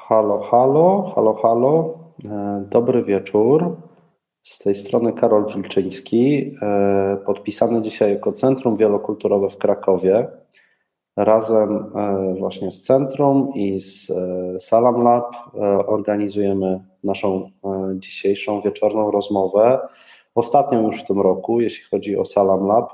Halo, halo, halo, halo. Dobry wieczór. Z tej strony Karol Wilczyński, podpisany dzisiaj jako Centrum Wielokulturowe w Krakowie. Razem właśnie z Centrum i z Salam Lab organizujemy naszą dzisiejszą wieczorną rozmowę. Ostatnią już w tym roku, jeśli chodzi o Salam Lab.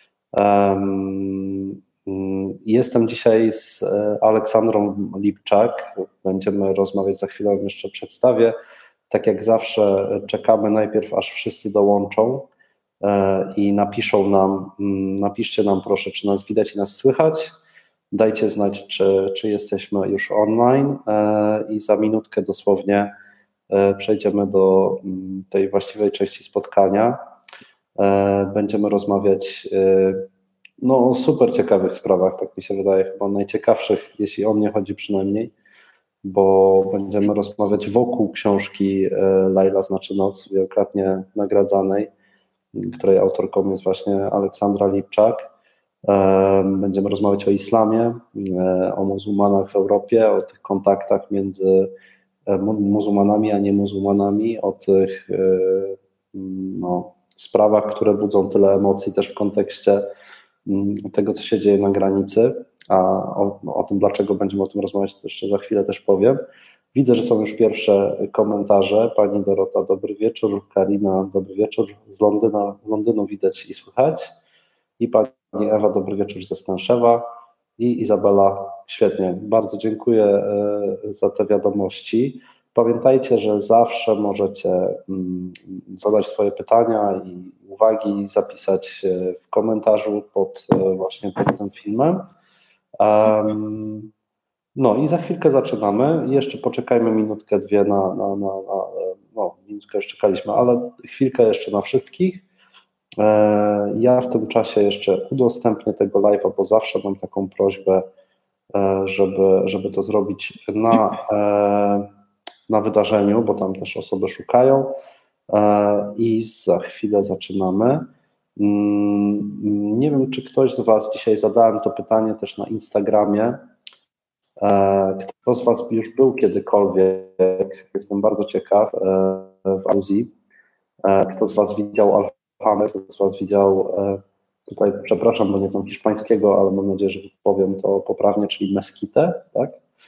Jestem dzisiaj z Aleksandrą Lipczak. Będziemy rozmawiać, za chwilę jeszcze przedstawię. Tak jak zawsze czekamy najpierw, aż wszyscy dołączą i napiszcie nam proszę, czy nas widać i nas słychać. Dajcie znać, czy jesteśmy już online i za minutkę dosłownie przejdziemy do tej właściwej części spotkania. Będziemy rozmawiać o super ciekawych sprawach, tak mi się wydaje, chyba najciekawszych, jeśli o mnie chodzi przynajmniej, bo będziemy rozmawiać wokół książki Lajla znaczy noc, wielokrotnie nagradzanej, której autorką jest właśnie Aleksandra Lipczak. Będziemy rozmawiać o islamie, o muzułmanach w Europie, o tych kontaktach między muzułmanami a niemuzułmanami, o tych sprawach, które budzą tyle emocji też w kontekście tego, co się dzieje na granicy, a o tym, dlaczego będziemy o tym rozmawiać, to jeszcze za chwilę też powiem. Widzę, że są już pierwsze komentarze. Pani Dorota, dobry wieczór. Karina, dobry wieczór. Z Londynu widać i słychać. I pani Ewa, dobry wieczór ze Stanszewa. I Izabela, świetnie. Bardzo dziękuję za te wiadomości. Pamiętajcie, że zawsze możecie zadać swoje pytania i uwagi, zapisać w komentarzu pod tym filmem. I za chwilkę zaczynamy. Jeszcze poczekajmy minutkę, dwie minutkę już czekaliśmy, ale chwilkę jeszcze na wszystkich. Ja w tym czasie jeszcze udostępnię tego live'a, bo zawsze mam taką prośbę, żeby to zrobić na wydarzeniu, bo tam też osoby szukają i za chwilę zaczynamy. Nie wiem, czy ktoś z Was, dzisiaj zadałem to pytanie też na Instagramie, kto z Was już był kiedykolwiek, jestem bardzo ciekaw, w Azji, kto z Was widział Al-Hamę, kto z Was widział, tutaj przepraszam, bo nie znam hiszpańskiego, ale mam nadzieję, że powiem to poprawnie, czyli Meskitę, tak?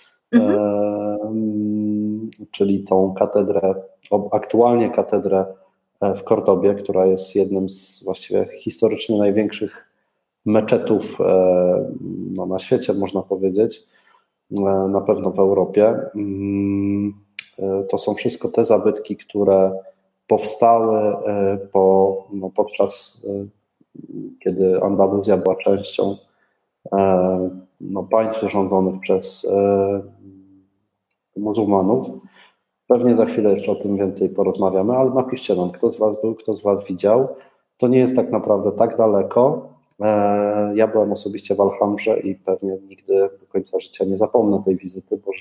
Czyli tą katedrę, aktualnie katedrę w Kordobie, która jest jednym z właściwie historycznie największych meczetów na świecie, można powiedzieć, na pewno w Europie. To są wszystko te zabytki, które powstały podczas, kiedy Andaluzja była częścią państw rządzonych przez muzułmanów. Pewnie za chwilę jeszcze o tym więcej porozmawiamy, ale napiszcie nam, kto z Was był, kto z Was widział. To nie jest tak naprawdę tak daleko. Ja byłem osobiście w Alhambrze i pewnie nigdy do końca życia nie zapomnę tej wizyty, bo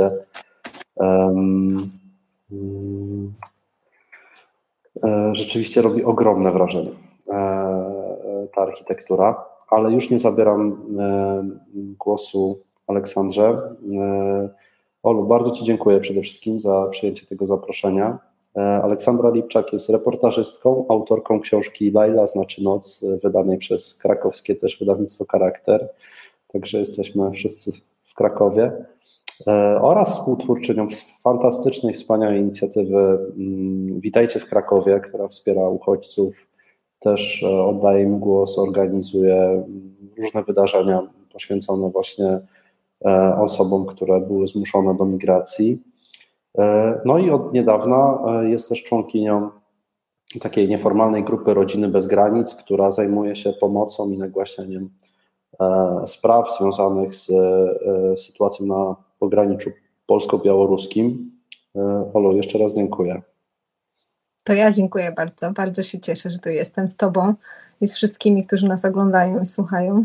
rzeczywiście robi ogromne wrażenie ta architektura, ale już nie zabieram głosu Aleksandrze. Olu, bardzo Ci dziękuję przede wszystkim za przyjęcie tego zaproszenia. Aleksandra Lipczak jest reportażystką, autorką książki Lajla znaczy noc, wydanej przez krakowskie też wydawnictwo Charakter, także jesteśmy wszyscy w Krakowie, oraz współtwórczynią fantastycznej, wspaniałej inicjatywy Witajcie w Krakowie, która wspiera uchodźców, też oddaje im głos, organizuje różne wydarzenia poświęcone właśnie osobom, które były zmuszone do migracji. No i od niedawna jest też członkinią takiej nieformalnej grupy Rodziny Bez Granic, która zajmuje się pomocą i nagłaśnianiem spraw związanych z sytuacją na pograniczu polsko-białoruskim. Olu, jeszcze raz dziękuję. To ja dziękuję bardzo. Bardzo się cieszę, że tu jestem z Tobą i z wszystkimi, którzy nas oglądają i słuchają.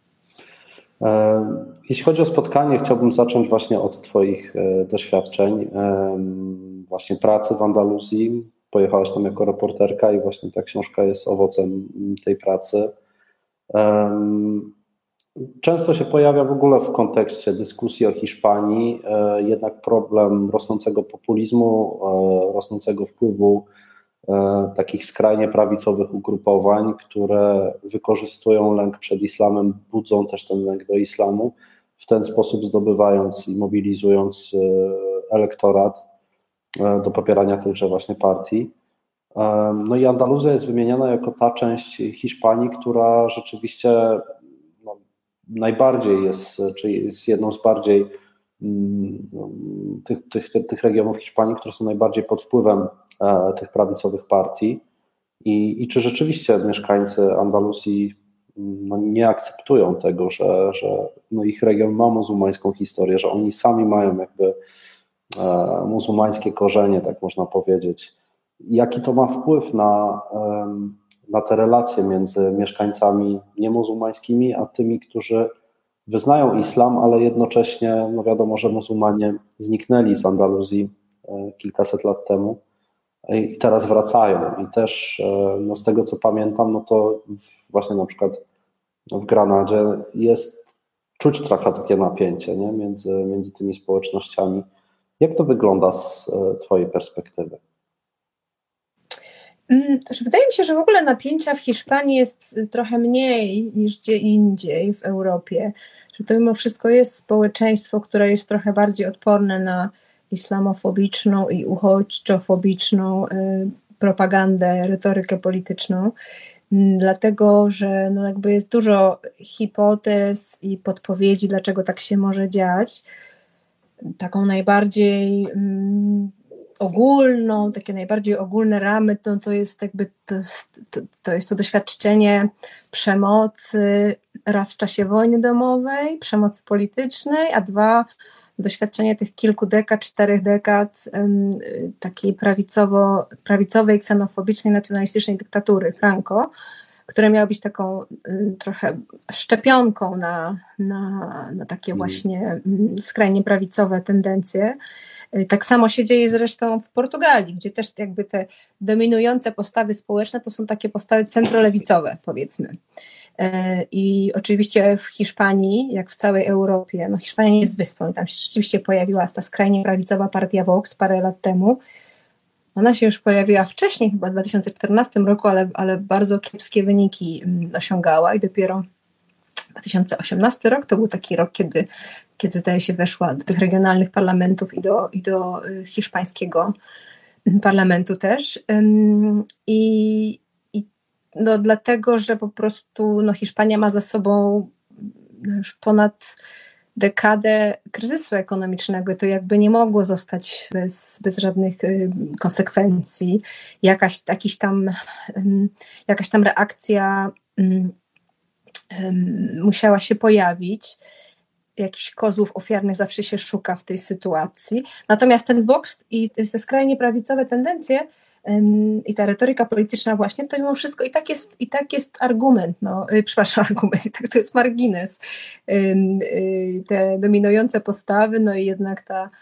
Jeśli chodzi o spotkanie, chciałbym zacząć właśnie od Twoich doświadczeń, właśnie pracy w Andaluzji. Pojechałaś tam jako reporterka i właśnie ta książka jest owocem tej pracy. Często się pojawia w ogóle w kontekście dyskusji o Hiszpanii jednak problem rosnącego populizmu, rosnącego wpływu takich skrajnie prawicowych ugrupowań, które wykorzystują lęk przed islamem, budzą też ten lęk do islamu, w ten sposób zdobywając i mobilizując elektorat do popierania tychże właśnie partii. No i Andaluzja jest wymieniana jako ta część Hiszpanii, która rzeczywiście najbardziej jest, czyli jest jedną z bardziej tych regionów Hiszpanii, które są najbardziej pod wpływem tych prawicowych partii i czy rzeczywiście mieszkańcy Andaluzji nie akceptują tego, że ich region ma muzułmańską historię, że oni sami mają jakby muzułmańskie korzenie, tak można powiedzieć. Jaki to ma wpływ na te relacje między mieszkańcami niemuzułmańskimi, a tymi, którzy wyznają islam, ale jednocześnie, no wiadomo, że muzułmanie zniknęli z Andaluzji kilkaset lat temu i teraz wracają. I też no z tego, co pamiętam, no to właśnie na przykład w Granadzie czuć trochę takie napięcie, nie? Między tymi społecznościami. Jak to wygląda z Twojej perspektywy? Wydaje mi się, że w ogóle napięcia w Hiszpanii jest trochę mniej niż gdzie indziej w Europie. Że to mimo wszystko jest społeczeństwo, które jest trochę bardziej odporne na islamofobiczną i uchodźczofobiczną propagandę, retorykę polityczną. Dlatego, że no jakby jest dużo hipotez i podpowiedzi, dlaczego tak się może dziać. Taką najbardziej ogólną, takie najbardziej ogólne ramy, to jest jakby to jest to doświadczenie przemocy raz w czasie wojny domowej, przemocy politycznej, a dwa doświadczenie tych kilku dekad, 4 dekad takiej prawicowej, ksenofobicznej, nacjonalistycznej dyktatury Franco, które miało być taką trochę szczepionką na takie właśnie skrajnie prawicowe tendencje. Tak samo się dzieje zresztą w Portugalii, gdzie też jakby te dominujące postawy społeczne to są takie postawy centrolewicowe, powiedzmy. I oczywiście w Hiszpanii, jak w całej Europie, no Hiszpania nie jest wyspą i tam się rzeczywiście pojawiła ta skrajnie prawicowa partia Vox parę lat temu. Ona się już pojawiła wcześniej, chyba w 2014 roku, ale bardzo kiepskie wyniki osiągała i dopiero 2018 rok to był taki rok, kiedy zdaje się weszła do tych regionalnych parlamentów i do hiszpańskiego parlamentu też. I no dlatego, że po prostu no Hiszpania ma za sobą już ponad dekadę kryzysu ekonomicznego, to jakby nie mogło zostać bez żadnych konsekwencji. Jakaś tam reakcja musiała się pojawić. Jakichś kozłów ofiarnych zawsze się szuka w tej sytuacji. Natomiast ten Vox i te skrajnie prawicowe tendencje i ta retoryka polityczna właśnie, to mimo wszystko i tak jest argument, argument, i tak to jest margines. Te dominujące postawy, no i jednak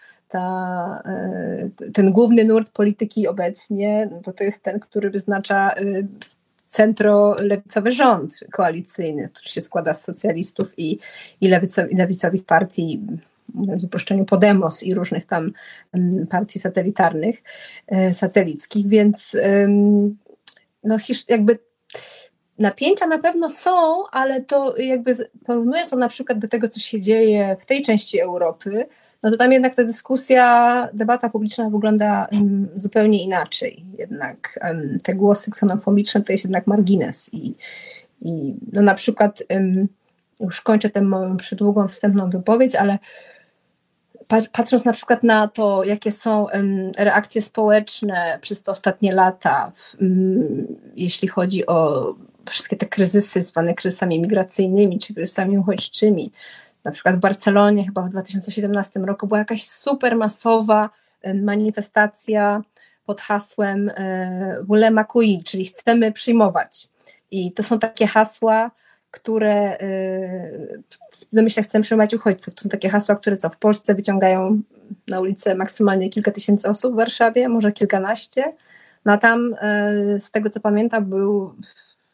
ten główny nurt polityki obecnie, to jest ten, który wyznacza centrolewicowy rząd koalicyjny, który się składa z socjalistów i lewicowych partii, mówiąc w uproszczeniu Podemos i różnych tam partii satelickich, więc no jakby napięcia na pewno są, ale to jakby porównując to na przykład do tego, co się dzieje w tej części Europy, no to tam jednak ta debata publiczna wygląda zupełnie inaczej. Jednak te głosy ksenofobiczne to jest jednak margines i no na przykład już kończę tę moją przydługą wstępną wypowiedź, ale patrząc na przykład na to, jakie są reakcje społeczne przez te ostatnie lata, jeśli chodzi o wszystkie te kryzysy zwane kryzysami migracyjnymi czy kryzysami uchodźczymi. Na przykład w Barcelonie chyba w 2017 roku była jakaś super masowa manifestacja pod hasłem Volem acollir, czyli chcemy przyjmować. I to są takie hasła, które w domyśle chcemy przyjmować uchodźców. To są takie hasła, które w Polsce wyciągają na ulicę maksymalnie kilka tysięcy osób w Warszawie, może kilkanaście. No a tam z tego co pamiętam był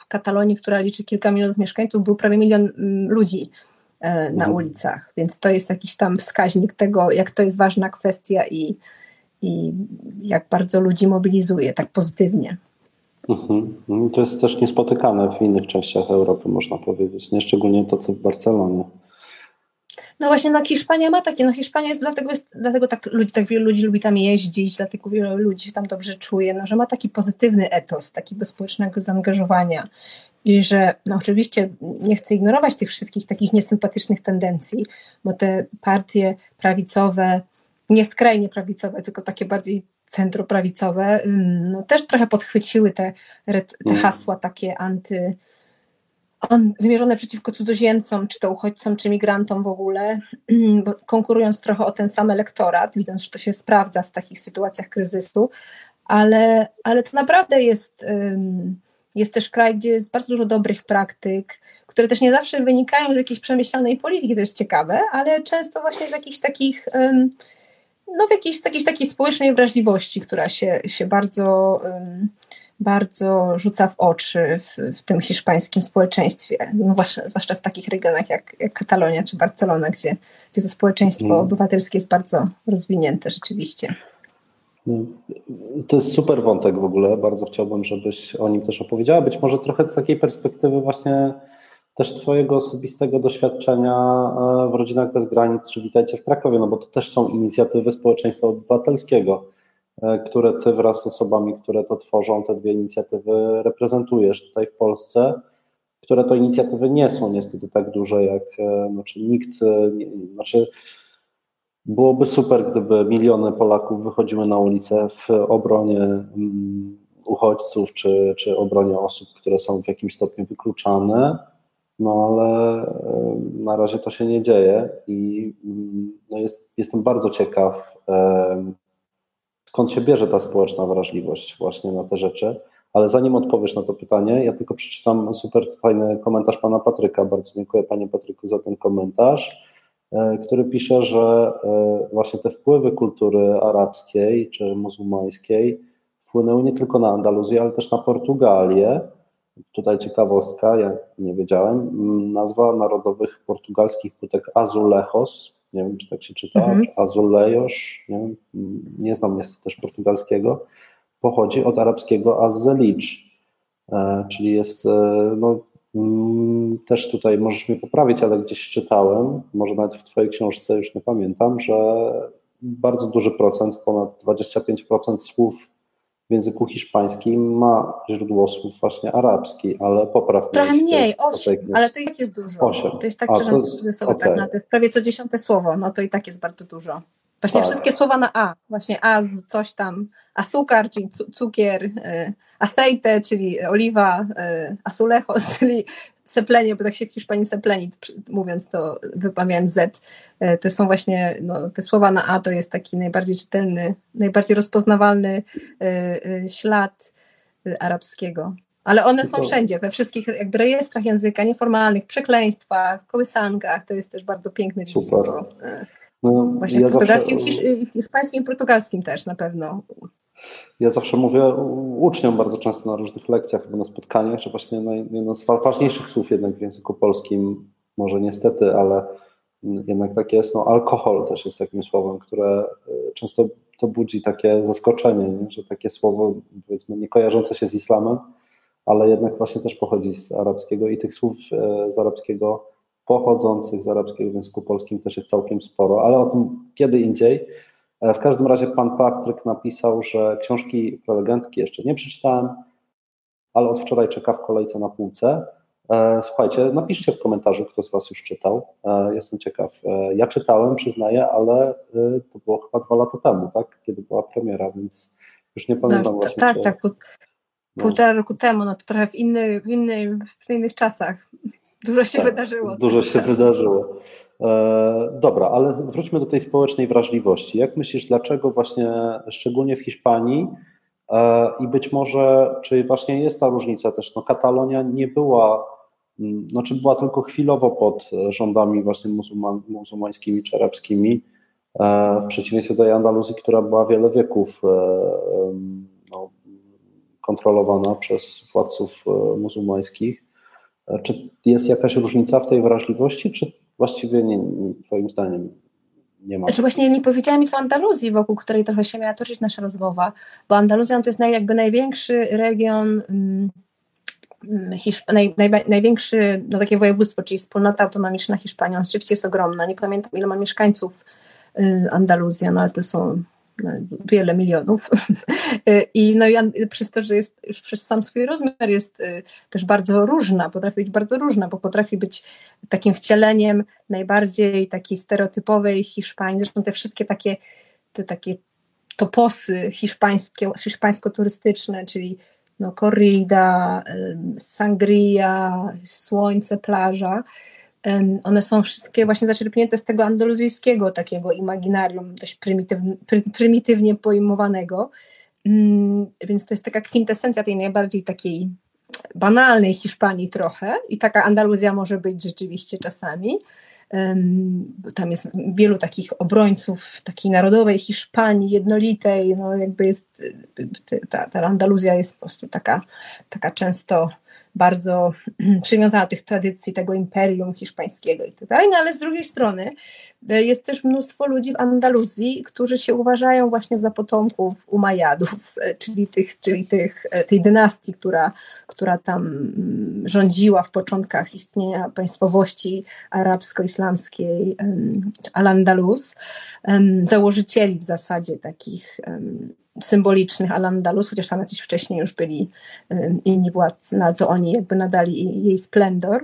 Katalonii, która liczy kilka milionów mieszkańców, był prawie 1 milion ludzi na ulicach, więc to jest jakiś tam wskaźnik tego, jak to jest ważna kwestia i jak bardzo ludzi mobilizuje tak pozytywnie. To jest też niespotykane w innych częściach Europy, można powiedzieć, nie szczególnie to, co w Barcelonie. No właśnie, Hiszpania ma takie, Hiszpania jest, dlatego tak wielu ludzi lubi tam jeździć, dlatego wielu ludzi się tam dobrze czuje, że ma taki pozytywny etos, takiego społecznego zaangażowania i że oczywiście nie chcę ignorować tych wszystkich takich niesympatycznych tendencji, bo te partie prawicowe, nie skrajnie prawicowe, tylko takie bardziej centroprawicowe, też trochę podchwyciły te hasła takie wymierzone przeciwko cudzoziemcom, czy to uchodźcom, czy migrantom w ogóle, bo konkurując trochę o ten sam elektorat, widząc, że to się sprawdza w takich sytuacjach kryzysu, ale to naprawdę jest też kraj, gdzie jest bardzo dużo dobrych praktyk, które też nie zawsze wynikają z jakiejś przemyślanej polityki, to jest ciekawe, ale często właśnie z jakichś takich w jakiejś takiej społecznej wrażliwości, która się bardzo rzuca w oczy w tym hiszpańskim społeczeństwie, zwłaszcza w takich regionach jak Katalonia czy Barcelona, gdzie to społeczeństwo obywatelskie jest bardzo rozwinięte rzeczywiście. To jest super wątek w ogóle, bardzo chciałbym, żebyś o nim też opowiedziała, być może trochę z takiej perspektywy właśnie też twojego osobistego doświadczenia w Rodzinach Bez Granic, czy Witajcie w Krakowie, bo to też są inicjatywy społeczeństwa obywatelskiego, które ty wraz z osobami, które to tworzą, te dwie inicjatywy reprezentujesz tutaj w Polsce, które to inicjatywy nie są niestety tak duże jak, byłoby super, gdyby miliony Polaków wychodziły na ulicę w obronie uchodźców, czy obronie osób, które są w jakimś stopniu wykluczane, ale na razie to się nie dzieje i jestem bardzo ciekaw, skąd się bierze ta społeczna wrażliwość właśnie na te rzeczy. Ale zanim odpowiesz na to pytanie, ja tylko przeczytam super fajny komentarz pana Patryka. Bardzo dziękuję panie Patryku za ten komentarz, który pisze, że właśnie te wpływy kultury arabskiej czy muzułmańskiej wpłynęły nie tylko na Andaluzję, ale też na Portugalię. Tutaj ciekawostka, ja nie wiedziałem, nazwa narodowych portugalskich płytek Azulejos, nie wiem, czy tak się czyta, czy Azulejos, nie znam niestety też portugalskiego, pochodzi od arabskiego Az-Zelicz, czyli jest, też tutaj możesz mnie poprawić, ale gdzieś czytałem, może nawet w twojej książce, już nie pamiętam, że bardzo duży procent, ponad 25% słów w języku hiszpańskim ma źródło słów właśnie arabski, ale poprawnie. Trochę mniej, 8, ale to i tak jest dużo. 8. To jest tak, że ze sobą okay. Tak, to jest prawie co 10 słowo, to i tak jest bardzo dużo. Właśnie tak. Wszystkie słowa na A, właśnie A z coś tam, azúcar, czyli cukier, aceite, czyli oliwa, azulejos, czyli seplenie, bo tak się w Hiszpanii sepleni, mówiąc to wypamiętam Z, to są właśnie, te słowa na A to jest taki najbardziej czytelny, najbardziej rozpoznawalny ślad arabskiego. Ale one są wszędzie, we wszystkich jakby rejestrach języka, nieformalnych, przekleństwach, kołysankach, to jest też bardzo piękne dziedzictwo. Właśnie w portugalskim, hiszpańskim i portugalskim też na pewno. Ja zawsze mówię uczniom bardzo często na różnych lekcjach albo na spotkaniach, że właśnie jedno z ważniejszych słów jednak w języku polskim, może niestety, ale jednak tak jest, alkohol też jest takim słowem, które często to budzi takie zaskoczenie, że takie słowo, powiedzmy, nie kojarzące się z islamem, ale jednak właśnie też pochodzi z arabskiego i tych słów z arabskiego pochodzących z arabskiego w języku polskim też jest całkiem sporo, ale o tym kiedy indziej. W każdym razie pan Patryk napisał, że książki prelegentki jeszcze nie przeczytałem, ale od wczoraj czeka w kolejce na półce. Słuchajcie, napiszcie w komentarzu, kto z was już czytał. Jestem ciekaw. Ja czytałem, przyznaję, ale to było chyba 2 lata temu, tak? Kiedy była premiera, więc już nie pamiętam właśnie. Tak, półtora roku temu, to trochę w innych czasach. Dużo się wydarzyło. Dużo się wydarzyło. Dobra, ale wróćmy do tej społecznej wrażliwości. Jak myślisz, dlaczego właśnie szczególnie w Hiszpanii i być może, czy właśnie jest ta różnica też, Katalonia nie była, czy była tylko chwilowo pod rządami właśnie muzułmańskimi czy arabskimi, w przeciwieństwie do Andaluzji, która była wiele wieków kontrolowana przez władców muzułmańskich. Czy jest jakaś różnica w tej wrażliwości, czy właściwie nie, twoim zdaniem nie ma? Znaczy właśnie nie powiedziałam nic o Andaluzji, wokół której trochę się miała toczyć nasza rozmowa, bo Andaluzja to jest jakby największy region, największe takie województwo, czyli wspólnota autonomiczna Hiszpanii. On rzeczywiście jest ogromna. Nie pamiętam, ile ma mieszkańców Andaluzja, ale to są wiele milionów. I przez to, że jest już przez sam swój rozmiar jest też bardzo różna, potrafi być bardzo różna, bo potrafi być takim wcieleniem najbardziej takiej stereotypowej Hiszpanii. Zresztą te wszystkie te takie toposy hiszpańsko-turystyczne, czyli corrida, sangria, słońce, plaża. One są wszystkie właśnie zaczerpnięte z tego andaluzyjskiego takiego imaginarium, dość prymitywnie pojmowanego. Więc to jest taka kwintesencja tej najbardziej takiej banalnej Hiszpanii trochę i taka Andaluzja może być rzeczywiście czasami. Tam jest wielu takich obrońców takiej narodowej Hiszpanii, jednolitej, jakby jest ta Andaluzja jest po prostu taka często bardzo przywiązana do tych tradycji tego imperium hiszpańskiego i tak dalej, ale z drugiej strony jest też mnóstwo ludzi w Andaluzji, którzy się uważają właśnie za potomków Umajadów, czyli tej dynastii, która tam rządziła w początkach istnienia państwowości arabsko-islamskiej Al-Andalus, założycieli w zasadzie takich symbolicznych Al-Andalus, chociaż tam jacyś wcześniej już byli inni władcy, ale to oni jakby nadali jej splendor,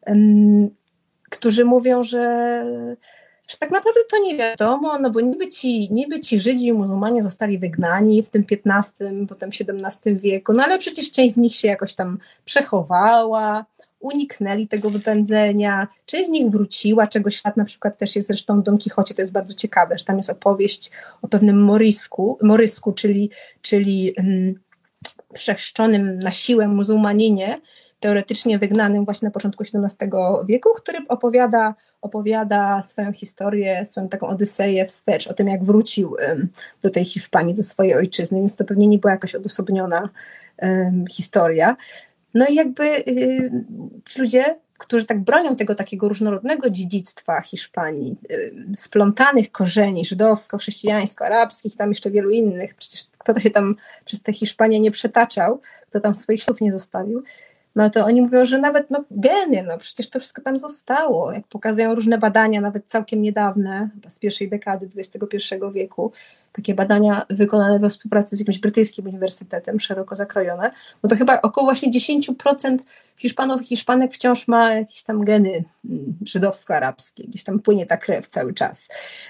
którzy mówią, że tak naprawdę to nie wiadomo, bo niby ci Żydzi i muzułmanie zostali wygnani w tym XV, potem XVII wieku, ale przecież część z nich się jakoś tam przechowała, uniknęli tego wypędzenia, część z nich wróciła, czego ślad na przykład też jest zresztą w Don Kichocie, to jest bardzo ciekawe, że tam jest opowieść o pewnym Morysku, czyli przechrzczonym na siłę muzułmaninie, teoretycznie wygnanym właśnie na początku XVII wieku, który opowiada swoją historię, swoją taką odyseję wstecz, o tym jak wrócił do tej Hiszpanii, do swojej ojczyzny, więc to pewnie nie była jakaś odosobniona historia. I jakby ci ludzie, którzy tak bronią tego takiego różnorodnego dziedzictwa Hiszpanii, splątanych korzeni żydowsko-chrześcijańsko-arabskich, tam jeszcze wielu innych, przecież kto to się tam przez tę Hiszpanię nie przetaczał, kto tam swoich ślub nie zostawił, to oni mówią, że nawet geny, przecież to wszystko tam zostało, jak pokazują różne badania, nawet całkiem niedawne, z pierwszej dekady XXI wieku, takie badania wykonane we współpracy z jakimś brytyjskim uniwersytetem, szeroko zakrojone, to chyba około właśnie 10% Hiszpanów i Hiszpanek wciąż ma jakieś tam geny żydowsko-arabskie, gdzieś tam płynie ta krew cały czas.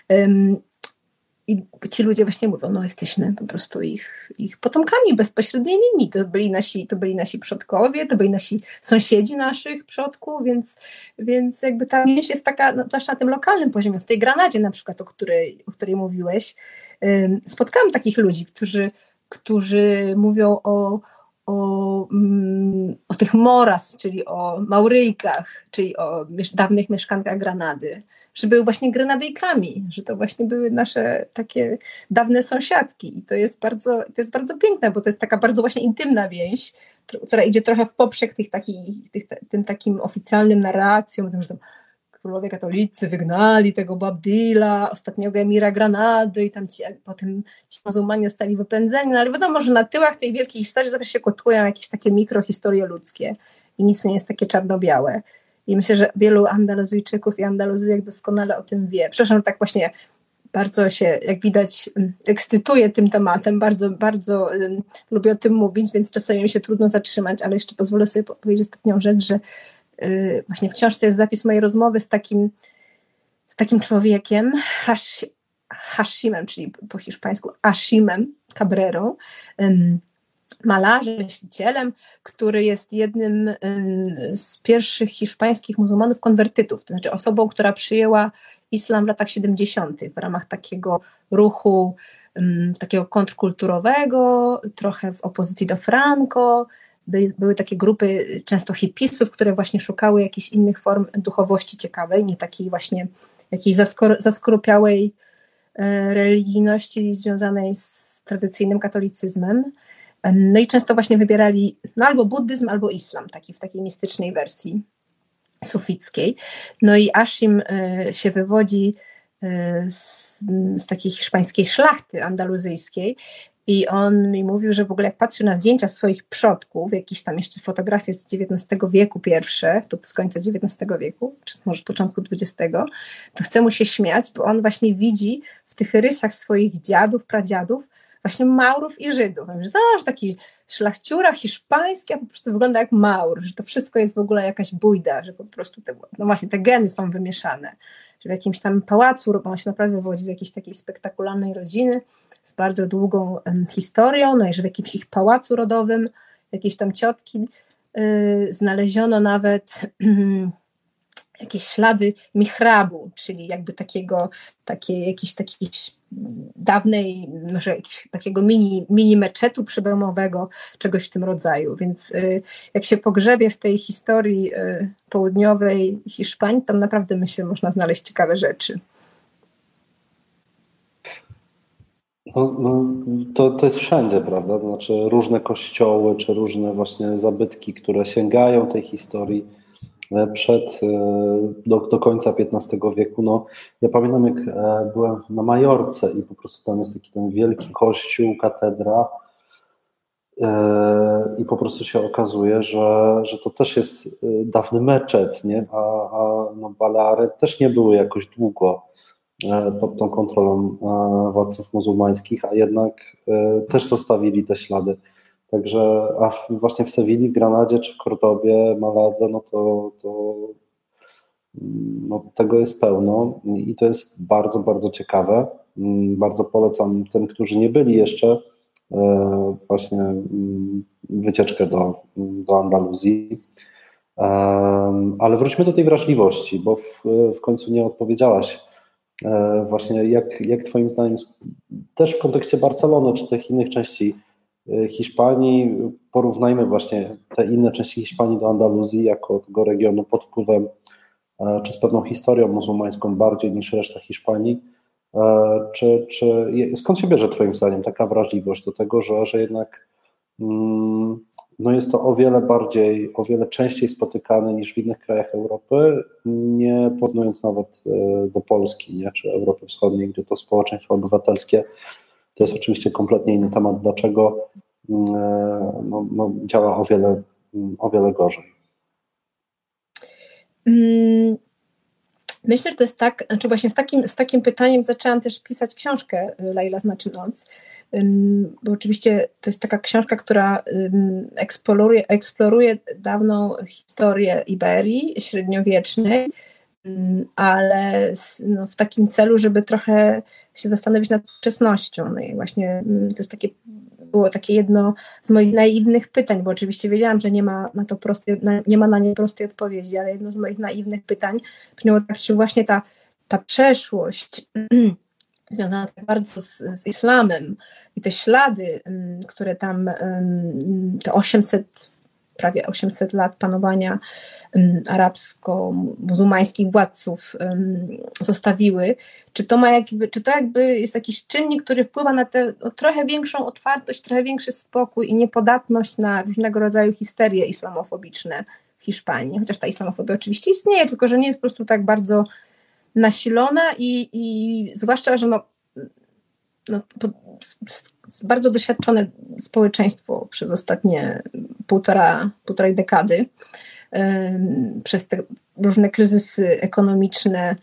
I ci ludzie właśnie mówią, jesteśmy po prostu ich potomkami bezpośrednimi. To byli nasi przodkowie, to byli nasi sąsiedzi naszych przodków, więc jakby ta więź jest taka, zwłaszcza na tym lokalnym poziomie, w tej Granadzie na przykład, o której mówiłeś, spotkałam takich ludzi, którzy mówią o tych moras, czyli o Mauryjkach, czyli o dawnych mieszkankach Granady, że były właśnie Grenadyjkami, że to właśnie były nasze takie dawne sąsiadki i to jest bardzo piękne, bo to jest taka bardzo właśnie intymna więź, która idzie trochę w poprzek tym takim oficjalnym narracjom, że tam królowie katolicy wygnali tego Boabdila, ostatniego emira Granady i tam potem ci muzułmanie zostali wypędzeni, ale wiadomo, że na tyłach tej wielkiej historii zawsze się kotłują jakieś takie mikrohistorie ludzkie i nic nie jest takie czarno-białe. I myślę, że wielu Andaluzyjczyków i Andaluzjek doskonale o tym wie. Przepraszam, tak właśnie bardzo się, jak widać, ekscytuję tym tematem, bardzo, bardzo lubię o tym mówić, więc czasami mi się trudno zatrzymać, ale jeszcze pozwolę sobie powiedzieć ostatnią rzecz, że właśnie w książce jest zapis mojej rozmowy z takim człowiekiem, Hashimem, czyli po hiszpańsku Hashimem Cabrerą, malarzem, myślicielem, który jest jednym z pierwszych hiszpańskich muzułmanów konwertytów, to znaczy osobą, która przyjęła islam w latach 70. w ramach takiego ruchu takiego kontrkulturowego, trochę w opozycji do Franco. Były takie grupy często hipisów, które właśnie szukały jakichś innych form duchowości ciekawej, nie takiej właśnie jakiejś zaskorupiałej religijności związanej z tradycyjnym katolicyzmem. No i często właśnie wybierali albo buddyzm, albo islam, w takiej mistycznej wersji sufickiej. No i Hashim się wywodzi z takiej hiszpańskiej szlachty andaluzyjskiej i on mi mówił, że w ogóle jak patrzy na zdjęcia swoich przodków, jakieś tam jeszcze fotografie z XIX wieku pierwsze, to z końca XIX wieku, czy może początku XX, to chce mu się śmiać, bo on właśnie widzi w tych rysach swoich dziadów, pradziadów właśnie Maurów i Żydów. Mówię, że taki szlachciura hiszpański, a po prostu wygląda jak Maur, że to wszystko jest w ogóle jakaś bójda, że po prostu te geny są wymieszane. Że w jakimś tam pałacu, bo on się naprawdę wywodzi z jakiejś takiej spektakularnej rodziny, z bardzo długą historią, no i że w jakimś ich pałacu rodowym, jakieś tam ciotki znaleziono nawet jakieś ślady mihrabu, czyli jakby jakiejś dawnej, może jakiegoś takiego mini meczetu przydomowego, czegoś w tym rodzaju. Więc jak się pogrzebie w tej historii południowej Hiszpanii, tam naprawdę myślę, można znaleźć ciekawe rzeczy. To jest wszędzie, prawda? To znaczy różne kościoły, czy różne właśnie zabytki, które sięgają tej historii do końca XV wieku. No, ja pamiętam, jak byłem na Majorce i po prostu tam jest taki ten wielki kościół, katedra i po prostu się okazuje, że to też jest dawny meczet, nie? A Baleary też nie były jakoś długo pod tą kontrolą władców muzułmańskich, a jednak też zostawili te ślady. Także, właśnie w Sewilli, w Granadzie, czy w Kordobie, Maladze, tego jest pełno i to jest bardzo, bardzo ciekawe. Bardzo polecam tym, którzy nie byli jeszcze, właśnie wycieczkę do Andaluzji. Ale wróćmy do tej wrażliwości, bo w końcu nie odpowiedziałaś właśnie, jak twoim zdaniem, też w kontekście Barcelony, czy tych innych części Hiszpanii, porównajmy właśnie te inne części Hiszpanii do Andaluzji jako tego regionu pod wpływem, czy z pewną historią muzułmańską bardziej niż reszta Hiszpanii. Skąd się bierze twoim zdaniem taka wrażliwość do tego, że jednak jest to o wiele częściej spotykane niż w innych krajach Europy, nie porównując nawet do Polski, nie, czy Europy Wschodniej, gdzie to społeczeństwo obywatelskie to jest oczywiście kompletnie inny temat, dlaczego działa o wiele gorzej. Myślę, że to jest tak, znaczy właśnie z takim pytaniem zaczęłam też pisać książkę Laila znaczy noc, bo oczywiście to jest taka książka, która eksploruje dawną historię Iberii średniowiecznej, ale w takim celu, żeby trochę się zastanowić nad wczesnością. No i właśnie to jest było takie jedno z moich naiwnych pytań, bo oczywiście wiedziałam, że nie ma na nie prostej odpowiedzi, ale jedno z moich naiwnych pytań brzmiało tak, czy właśnie ta przeszłość związana tak bardzo z islamem i te ślady, które tam te prawie 800 lat panowania arabsko-muzułmańskich władców zostawiły, czy to jest jakiś czynnik, który wpływa na tę trochę większą otwartość, trochę większy spokój i niepodatność na różnego rodzaju histerie islamofobiczne w Hiszpanii, chociaż ta islamofobia oczywiście istnieje, tylko że nie jest po prostu tak bardzo nasilona i zwłaszcza, że bardzo doświadczone społeczeństwo przez ostatnie półtorej dekady, przez te różne kryzysy ekonomiczne,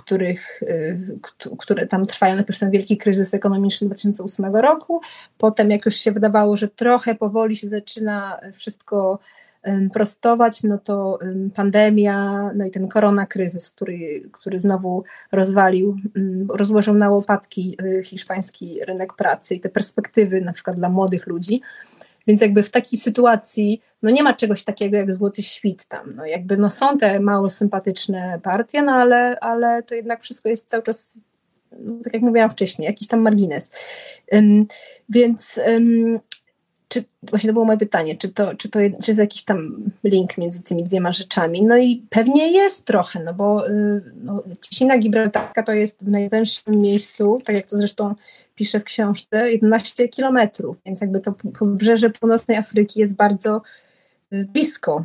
które tam trwają. Najpierw ten wielki kryzys ekonomiczny 2008 roku, potem jak już się wydawało, że trochę powoli się zaczyna wszystko prostować, no to pandemia, no i ten koronakryzys, który znowu rozłożył na łopatki hiszpański rynek pracy i te perspektywy na przykład dla młodych ludzi. Więc jakby w takiej sytuacji nie ma czegoś takiego jak złoty świt tam. Są te mało sympatyczne partie, ale to jednak wszystko jest cały czas, tak jak mówiłam wcześniej, jakiś tam margines. Więc właśnie to było moje pytanie, czy jest jakiś tam link między tymi dwiema rzeczami? No i pewnie jest trochę, bo Cieśnina Gibraltarska to jest w najwęższym miejscu, tak jak to zresztą pisze w książce, 11 kilometrów, więc jakby to wybrzeże północnej Afryki jest bardzo blisko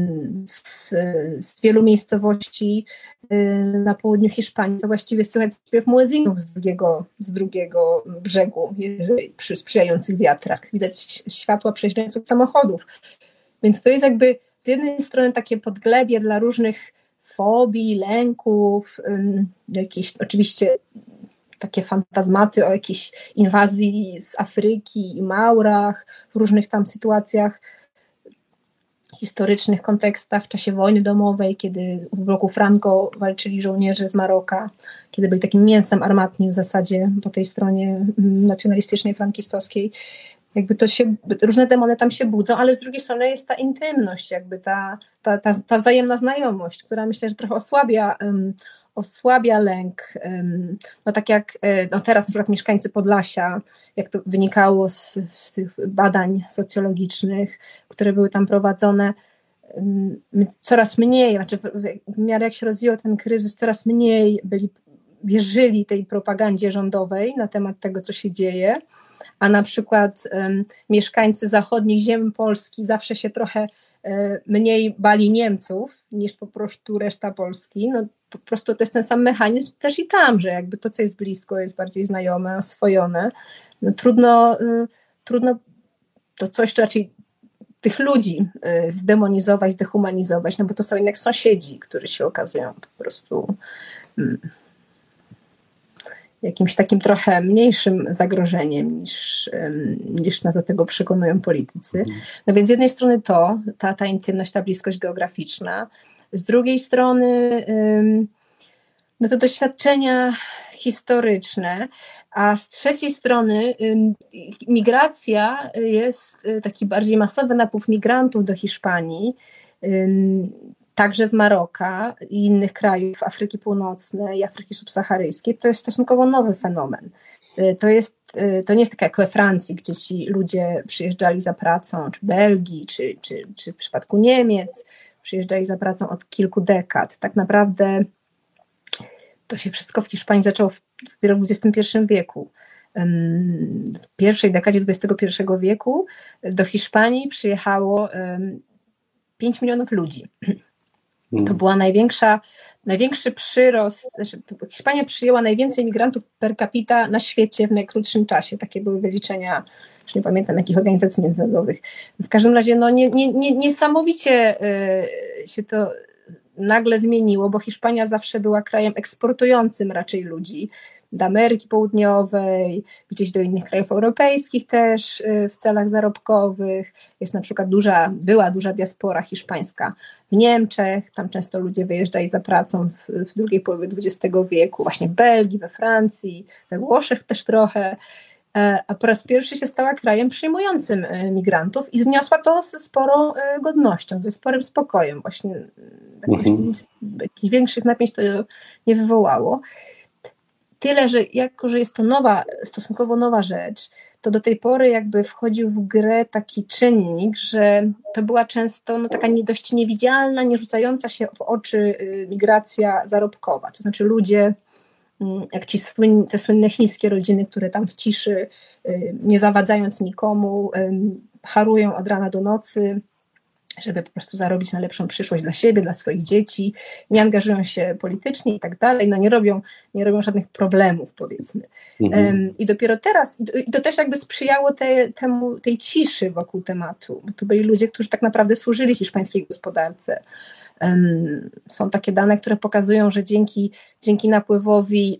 z wielu miejscowości na południu Hiszpanii. To właściwie słychać śpiew muezinów z drugiego brzegu przy sprzyjających wiatrach. Widać światła przejeżdżających samochodów. Więc to jest jakby z jednej strony takie podglebie dla różnych fobii, lęków, jakieś oczywiście takie fantazmaty o jakiejś inwazji z Afryki i Maurach w różnych tam sytuacjach, historycznych kontekstach w czasie wojny domowej, kiedy w bloku Franco walczyli żołnierze z Maroka, kiedy byli takim mięsem armatnim w zasadzie po tej stronie nacjonalistycznej, frankistowskiej. Jakby to się, różne demony tam się budzą, ale z drugiej strony jest ta intymność, jakby ta wzajemna znajomość, która myślę, że trochę osłabia lęk. No tak jak teraz na przykład mieszkańcy Podlasia, jak to wynikało z tych badań socjologicznych, które były tam prowadzone, coraz mniej, znaczy w miarę jak się rozwijał ten kryzys, coraz mniej wierzyli tej propagandzie rządowej na temat tego, co się dzieje, a na przykład mieszkańcy zachodnich ziem Polski zawsze się trochę mniej bali Niemców niż po prostu reszta Polski. No, po prostu to jest ten sam mechanizm też i tam, że jakby to, co jest blisko, jest bardziej znajome, oswojone. No, trudno to coś raczej tych ludzi zdemonizować, zdehumanizować, no bo to są jednak sąsiedzi, którzy się okazują po prostu jakimś takim trochę mniejszym zagrożeniem niż nas do tego przekonują politycy. No więc z jednej strony ta intymność, ta bliskość geograficzna, z drugiej strony no to doświadczenia historyczne, a z trzeciej strony migracja jest taki bardziej masowy napływ migrantów do Hiszpanii, także z Maroka i innych krajów Afryki Północnej i Afryki Subsaharyjskiej. To jest stosunkowo nowy fenomen. To nie jest tak jak we Francji, gdzie ci ludzie przyjeżdżali za pracą, czy Belgii, czy w przypadku Niemiec, przyjeżdżali za pracą od kilku dekad. Tak naprawdę to się wszystko w Hiszpanii zaczęło dopiero w XXI wieku. W pierwszej dekadzie XXI wieku do Hiszpanii przyjechało 5 milionów ludzi. To była największy przyrost. Hiszpania przyjęła najwięcej migrantów per capita na świecie w najkrótszym czasie. Takie były wyliczenia, już nie pamiętam jakich organizacji międzynarodowych. W każdym razie niesamowicie się to nagle zmieniło, bo Hiszpania zawsze była krajem eksportującym raczej ludzi do Ameryki Południowej, gdzieś do innych krajów europejskich też w celach zarobkowych. Jest na przykład była duża diaspora hiszpańska w Niemczech, tam często ludzie wyjeżdżali za pracą w drugiej połowie XX wieku, właśnie w Belgii, we Francji, we Włoszech też trochę, a po raz pierwszy się stała krajem przyjmującym migrantów i zniosła to ze sporą godnością, ze sporym spokojem. Właśnie jakichś większych napięć to nie wywołało. Tyle, że jako, że jest to stosunkowo nowa rzecz, to do tej pory jakby wchodził w grę taki czynnik, że to była często taka dość niewidzialna, nie rzucająca się w oczy migracja zarobkowa. To znaczy ludzie, jak te słynne chińskie rodziny, które tam w ciszy, nie zawadzając nikomu, harują od rana do nocy, żeby po prostu zarobić na lepszą przyszłość dla siebie, dla swoich dzieci, nie angażują się politycznie i tak dalej, nie robią żadnych problemów, powiedzmy. I dopiero teraz, i to też jakby sprzyjało tej ciszy wokół tematu, bo to byli ludzie, którzy tak naprawdę służyli hiszpańskiej gospodarce. Są takie dane, które pokazują, że dzięki napływowi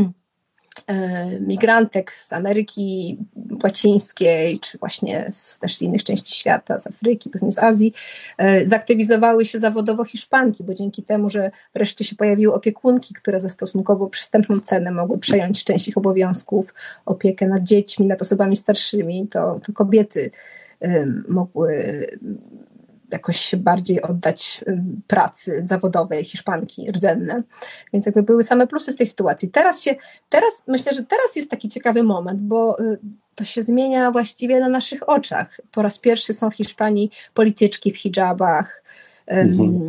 migrantek z Ameryki Łacińskiej, czy właśnie też z innych części świata, z Afryki, pewnie z Azji, zaktywizowały się zawodowo Hiszpanki, bo dzięki temu, że wreszcie się pojawiły opiekunki, które za stosunkowo przystępną cenę mogły przejąć część ich obowiązków, opiekę nad dziećmi, nad osobami starszymi, to kobiety mogły jakoś się bardziej oddać pracy zawodowej, Hiszpanki rdzenne. Więc jakby były same plusy z tej sytuacji. Teraz myślę, że teraz jest taki ciekawy moment, bo to się zmienia właściwie na naszych oczach. Po raz pierwszy są w Hiszpanii polityczki w hijabach.